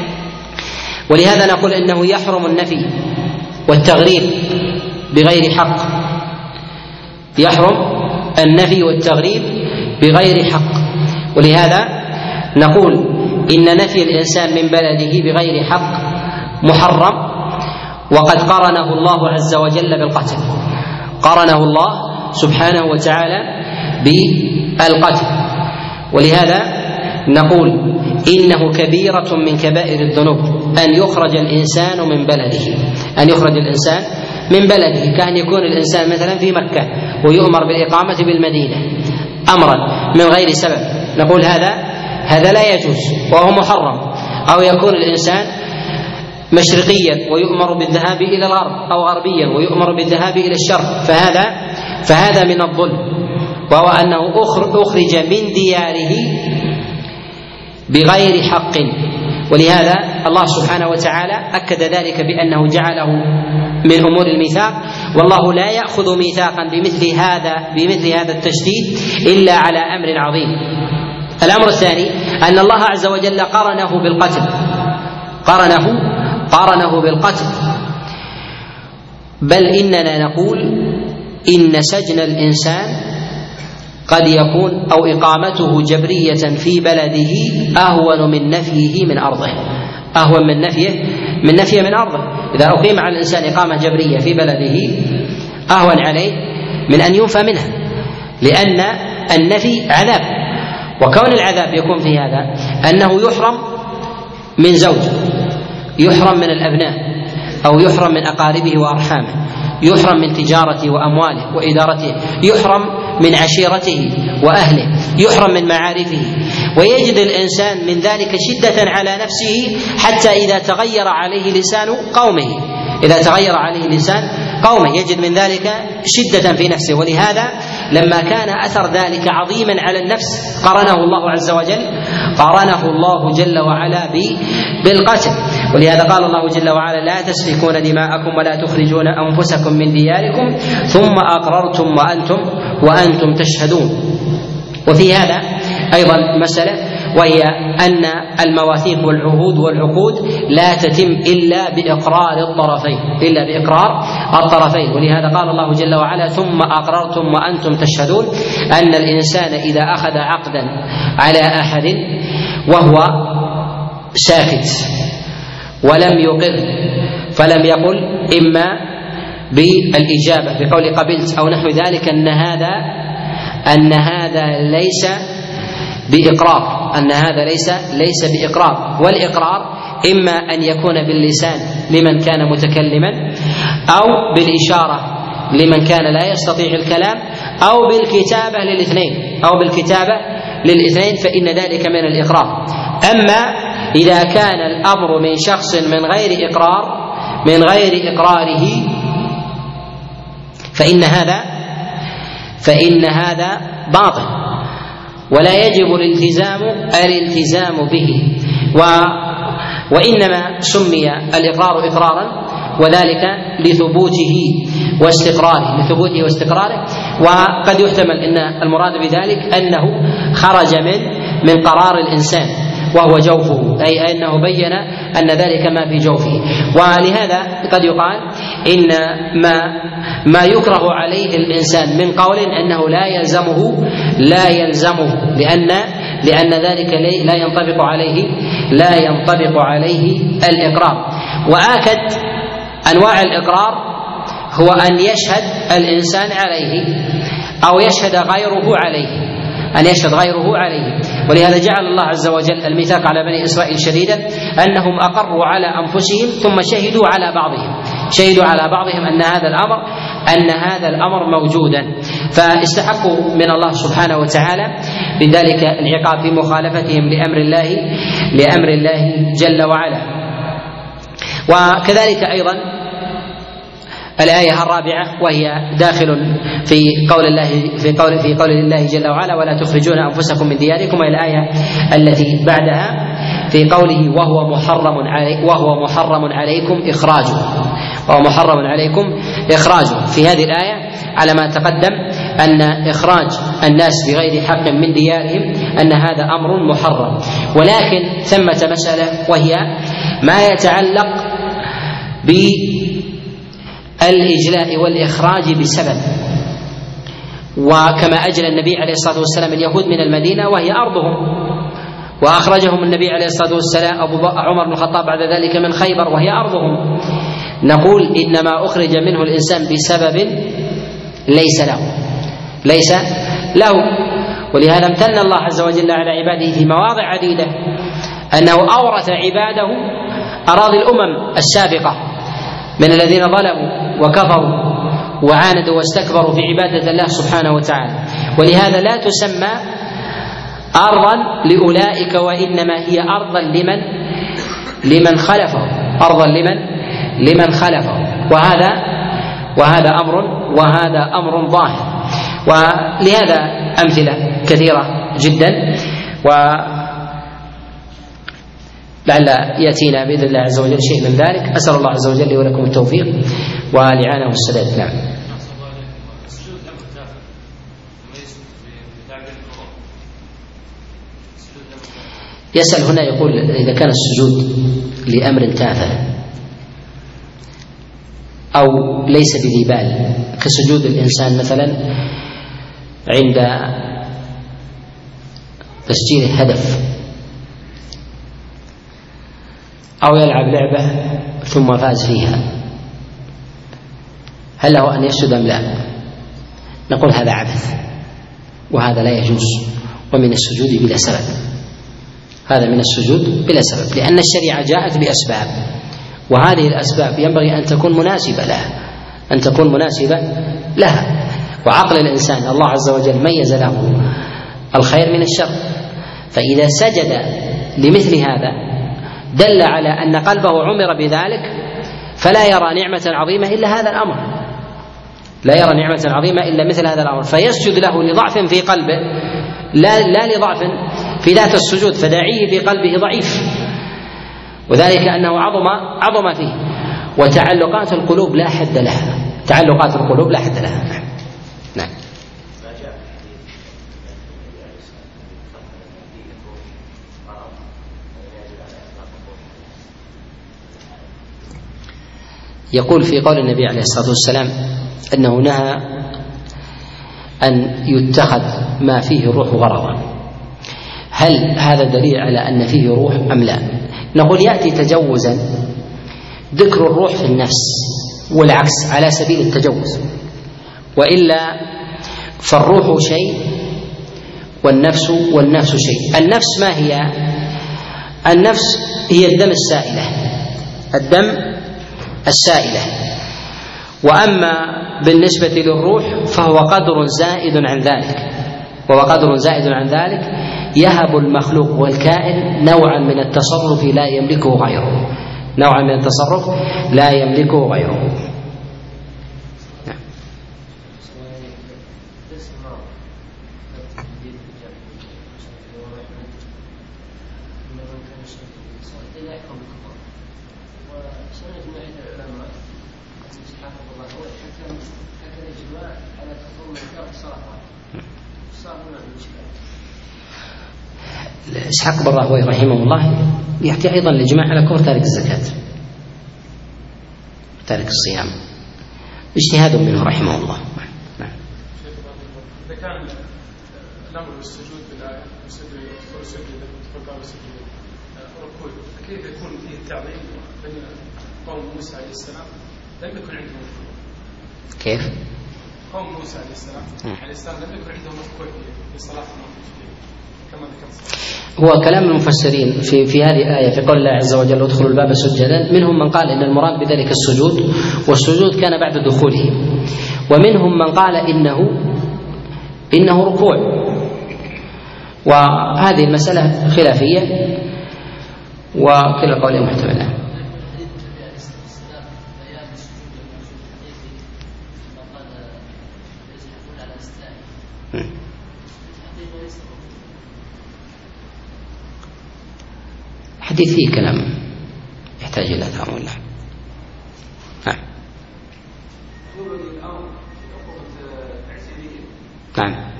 ولهذا نقول إنه يحرم النفي والتغريب بغير حق، يحرم النفي والتغريب بغير حق. ولهذا نقول إن نفي الإنسان من بلده بغير حق محرم، وقد قرنه الله عز وجل بالقتل، قرنه الله سبحانه وتعالى بالقتل. ولهذا نقول إنه كبيرة من كبائر الذنوب أن يخرج الإنسان من بلده، أن يخرج الإنسان من بلده، كأن يكون الإنسان مثلا في مكة ويؤمر بالإقامة بالمدينة أمرا من غير سبب، نقول هذا هذا لا يجوز وهو محرم. أو يكون الإنسان مشرقيا ويؤمر بالذهاب إلى الغرب، أو غربيا ويؤمر بالذهاب إلى الشرق، فهذا فهذا من الظلم، وهو أنه أخرج من دياره بغير حق. ولهذا الله سبحانه وتعالى أكد ذلك بأنه جعله من أمور الميثاق، والله لا يأخذ ميثاقا بمثل هذا بمثل هذا التشديد إلا على أمر عظيم. الأمر الثاني أن الله عز وجل قرنه بالقتل، قرنه قرنه بالقتل، بل إننا نقول إن سجن الإنسان قد يكون أو إقامته جبرية في بلده أهون من نفيه من أرضه، أهون من نفيه من نفيه من أرضه. إذا أقيم على الإنسان إقامة جبرية في بلده أهون عليه من أن ينفى منها، لأن النفي عذاب، وكون العذاب يكون في هذا أنه يحرم من زوج، يحرم من الأبناء، أو يحرم من أقاربه وأرحامه، يحرم من تجارته وأمواله وإدارته، يحرم من عشيرته وأهله، يحرم من معارفه، ويجد الإنسان من ذلك شدة على نفسه حتى إذا تغير عليه لسان قومه، إذا تغير عليه لسان قومه يجد من ذلك شدة في نفسه. ولهذا لما كان أثر ذلك عظيما على النفس قرنه الله عز وجل قرنه الله جل وعلا بالقتل. ولهذا قال الله جل وعلا: لا تسفكون دماءكم ولا تخرجون أنفسكم من دياركم ثم أقررتم وأنتم وأنتم تشهدون. وفي هذا أيضا مسألة، وهي أن المواثيق والعهود والعقود لا تتم إلا بإقرار الطرفين إلا بإقرار الطرفين ولهذا قال الله جل وعلا: ثم أقررتم وأنتم تشهدون، أن الإنسان إذا أخذ عقدا على أحد وهو ساكت ولم يقر فلم يقل إما بالإجابة بقول قبلت أو نحو ذلك، أن هذا أن هذا ليس بإقرار أن هذا ليس ليس بإقرار. والإقرار إما أن يكون باللسان لمن كان متكلما، أو بالإشارة لمن كان لا يستطيع الكلام، أو بالكتابة للاثنين أو بالكتابة للاثنين فإن ذلك من الإقرار. أما إذا كان الأمر من شخص من غير إقرار من غير إقراره فإن هذا فإن هذا باطل ولا يجب الالتزام الالتزام به، و وإنما سمي الإقرار إقرارا وذلك لثبوته واستقراره لثبوته واستقراره وقد يحتمل أن المراد بذلك أنه خرج من من قرار الإنسان وهو جوفه، أي أنه بين أن ذلك ما في جوفه. ولهذا قد يقال إن ما ما يكره عليه الإنسان من قول أنه لا يلزمه لا يلزمه لأن لأن ذلك لا ينطبق عليه لا ينطبق عليه الإقرار. وآكد أنواع الإقرار هو أن يشهد الإنسان عليه أو يشهد غيره عليه أن يشهد غيره عليه. ولهذا جعل الله عز وجل الميثاق على بني إسرائيل شديدا أنهم أقروا على أنفسهم ثم شهدوا على بعضهم شهدوا على بعضهم أن هذا الأمر أن هذا الأمر موجودا، فاستحقوا من الله سبحانه وتعالى بذلك العقاب في مخالفتهم لأمر الله لأمر الله جل وعلا. وكذلك أيضا الآية الرابعة وهي داخل في قول الله في قول في قول الله جل وعلا: ولا تخرجون أنفسكم من دياركم، وهي الآية التي بعدها في قوله: وهو محرم علي وهو محرم عليكم إخراجه وهو محرم عليكم إخراجه. في هذه الآية على ما تقدم أن إخراج الناس بغير حق من ديارهم أن هذا أمر محرم، ولكن ثمة مسألة وهي ما يتعلق ب الإجلاء والإخراج بسبب. وكما أجلى النبي عليه الصلاة والسلام اليهود من المدينة وهي أرضهم، وأخرجهم النبي عليه الصلاة والسلام أبو عمر بن الخطاب بعد ذلك من خيبر وهي أرضهم، نقول إنما أخرج منه الإنسان بسبب ليس له ليس له ولهذا امتن الله عز وجل على عباده في مواضع عديدة أنه أورث عباده أراضي الأمم السابقة من الذين ظلموا وكفروا وعاندوا واستكبروا في عبادة الله سبحانه وتعالى. ولهذا لا تسمى أرضا لأولئك وإنما هي أرضا لمن لمن خلفه أرضا لمن لمن خلفه وهذا وهذا أمر وهذا أمر ظاهر. ولهذا أمثلة كثيرة جدا، و لعل يأتينا بإذن الله عز وجل شيء من ذلك. أسأل الله عز وجل لي ولكم التوفيق والإعانة والسداد. نعم. يسأل هنا يقول: إذا كان السجود لأمر تافه أو ليس بذي بال كسجود الإنسان مثلا عند تسجيل هدف أو يلعب لعبة ثم فاز فيها، هل له أن يسجد أم لا؟ نقول هذا عبث وهذا لا يجوز، ومن السجود بلا سبب هذا من السجود بلا سبب، لأن الشريعة جاءت بأسباب، وهذه الأسباب ينبغي أن تكون مناسبة لها أن تكون مناسبة لها وعقل الإنسان الله عز وجل ميز له الخير من الشر، فإذا سجد لمثل هذا دل على أن قلبه عمر بذلك فلا يرى نعمة عظيمة إلا هذا الأمر لا يرى نعمة عظيمة إلا مثل هذا الأمر، فيسجد له لضعف في قلبه لا, لا لضعف في ذات السجود، فداعيه في قلبه ضعيف، وذلك أنه عظم عظم فيه. وتعلقات القلوب لا حد لها تعلقات القلوب لا حد لها. نعم, نعم. يقول في قول النبي عليه الصلاة والسلام أنه نهى أن يتخذ ما فيه الروح غرضا، هل هذا دليل على أن فيه روح أم لا؟ نقول يأتي تجوزا ذكر الروح في النفس والعكس على سبيل التجوز، وإلا فالروح شيء والنفس والنفس شيء. النفس ما هي؟ النفس هي الدم السائلة، الدم السائلة، وأما بالنسبة للروح فهو قدر زائد عن ذلك، وهو قدر زائد عن ذلك يهب المخلوق والكائن نوعا من التصرف لا يملكه غيره، نوعا من التصرف لا يملكه غيره. إسحاق بن راهويه رحمه الله يأتي أيضا الإجماع على كفر تارك الزكاة، تارك الصيام، اجتهاد منه رحمه الله. نعم. إذا كان الأمر بالسجود بالآية سجد فقال سجد ركوع، فكيف يكون فيه التعظيم بين قوم موسى عليه السلام لم يكن عندهم ركوع؟ كيف؟ قوم موسى عليه السلام عليه السلام لم يكن عندهم ركوع في صلاتهم كما ذكرت. هو كلام المفسرين في في هذه الآية في قول الله عز وجل ادخلوا الباب سجدا، منهم من قال إن المراد بذلك السجود، والسجود كان بعد دخوله، ومنهم من قال إنه إنه ركوع، وهذه المسألة خلافية وكلا قولين محتملان. حديث فيه كلام يحتاج إلى تأمل. نعم. نعم.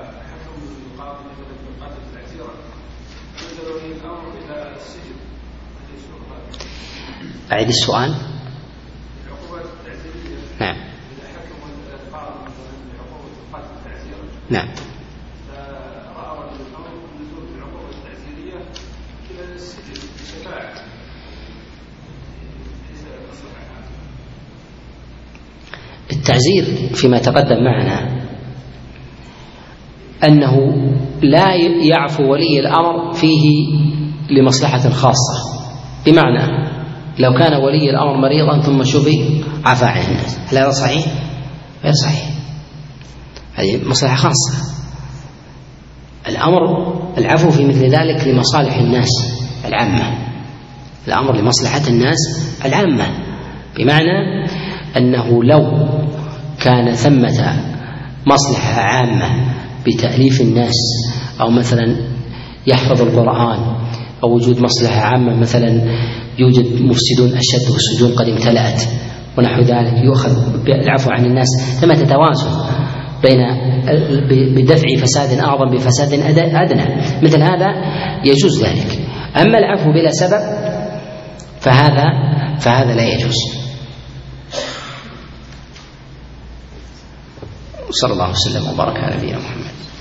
أعيد السؤال. نعم. نعم. التعزير فيما تقدم معنا أنه لا يعفو ولي الأمر فيه لمصلحة خاصة، بمعنى لو كان ولي الأمر مريضا ثم شفي عفى عن الناس، هل هذا صحيح؟ غير صحيح، هذه مصلحة خاصة. الأمر العفو في مثل ذلك لمصالح الناس العامة، الأمر لمصلحة الناس العامة، بمعنى أنه لو كان ثمة مصلحة عامة بتأليف الناس، أو مثلا يحفظ القرآن، أو وجود مصلحة عامة مثلا يوجد مفسدون أشد والسجون قد امتلأت ونحو ذلك، يؤخذ العفو عن الناس، ثم تتوازن بين بدفع فساد أعظم بفساد أدنى، مثل هذا يجوز ذلك. أما العفو بلا سبب فهذا فهذا لا يجوز. صلى الله وسلم وبارك على نبينا محمد.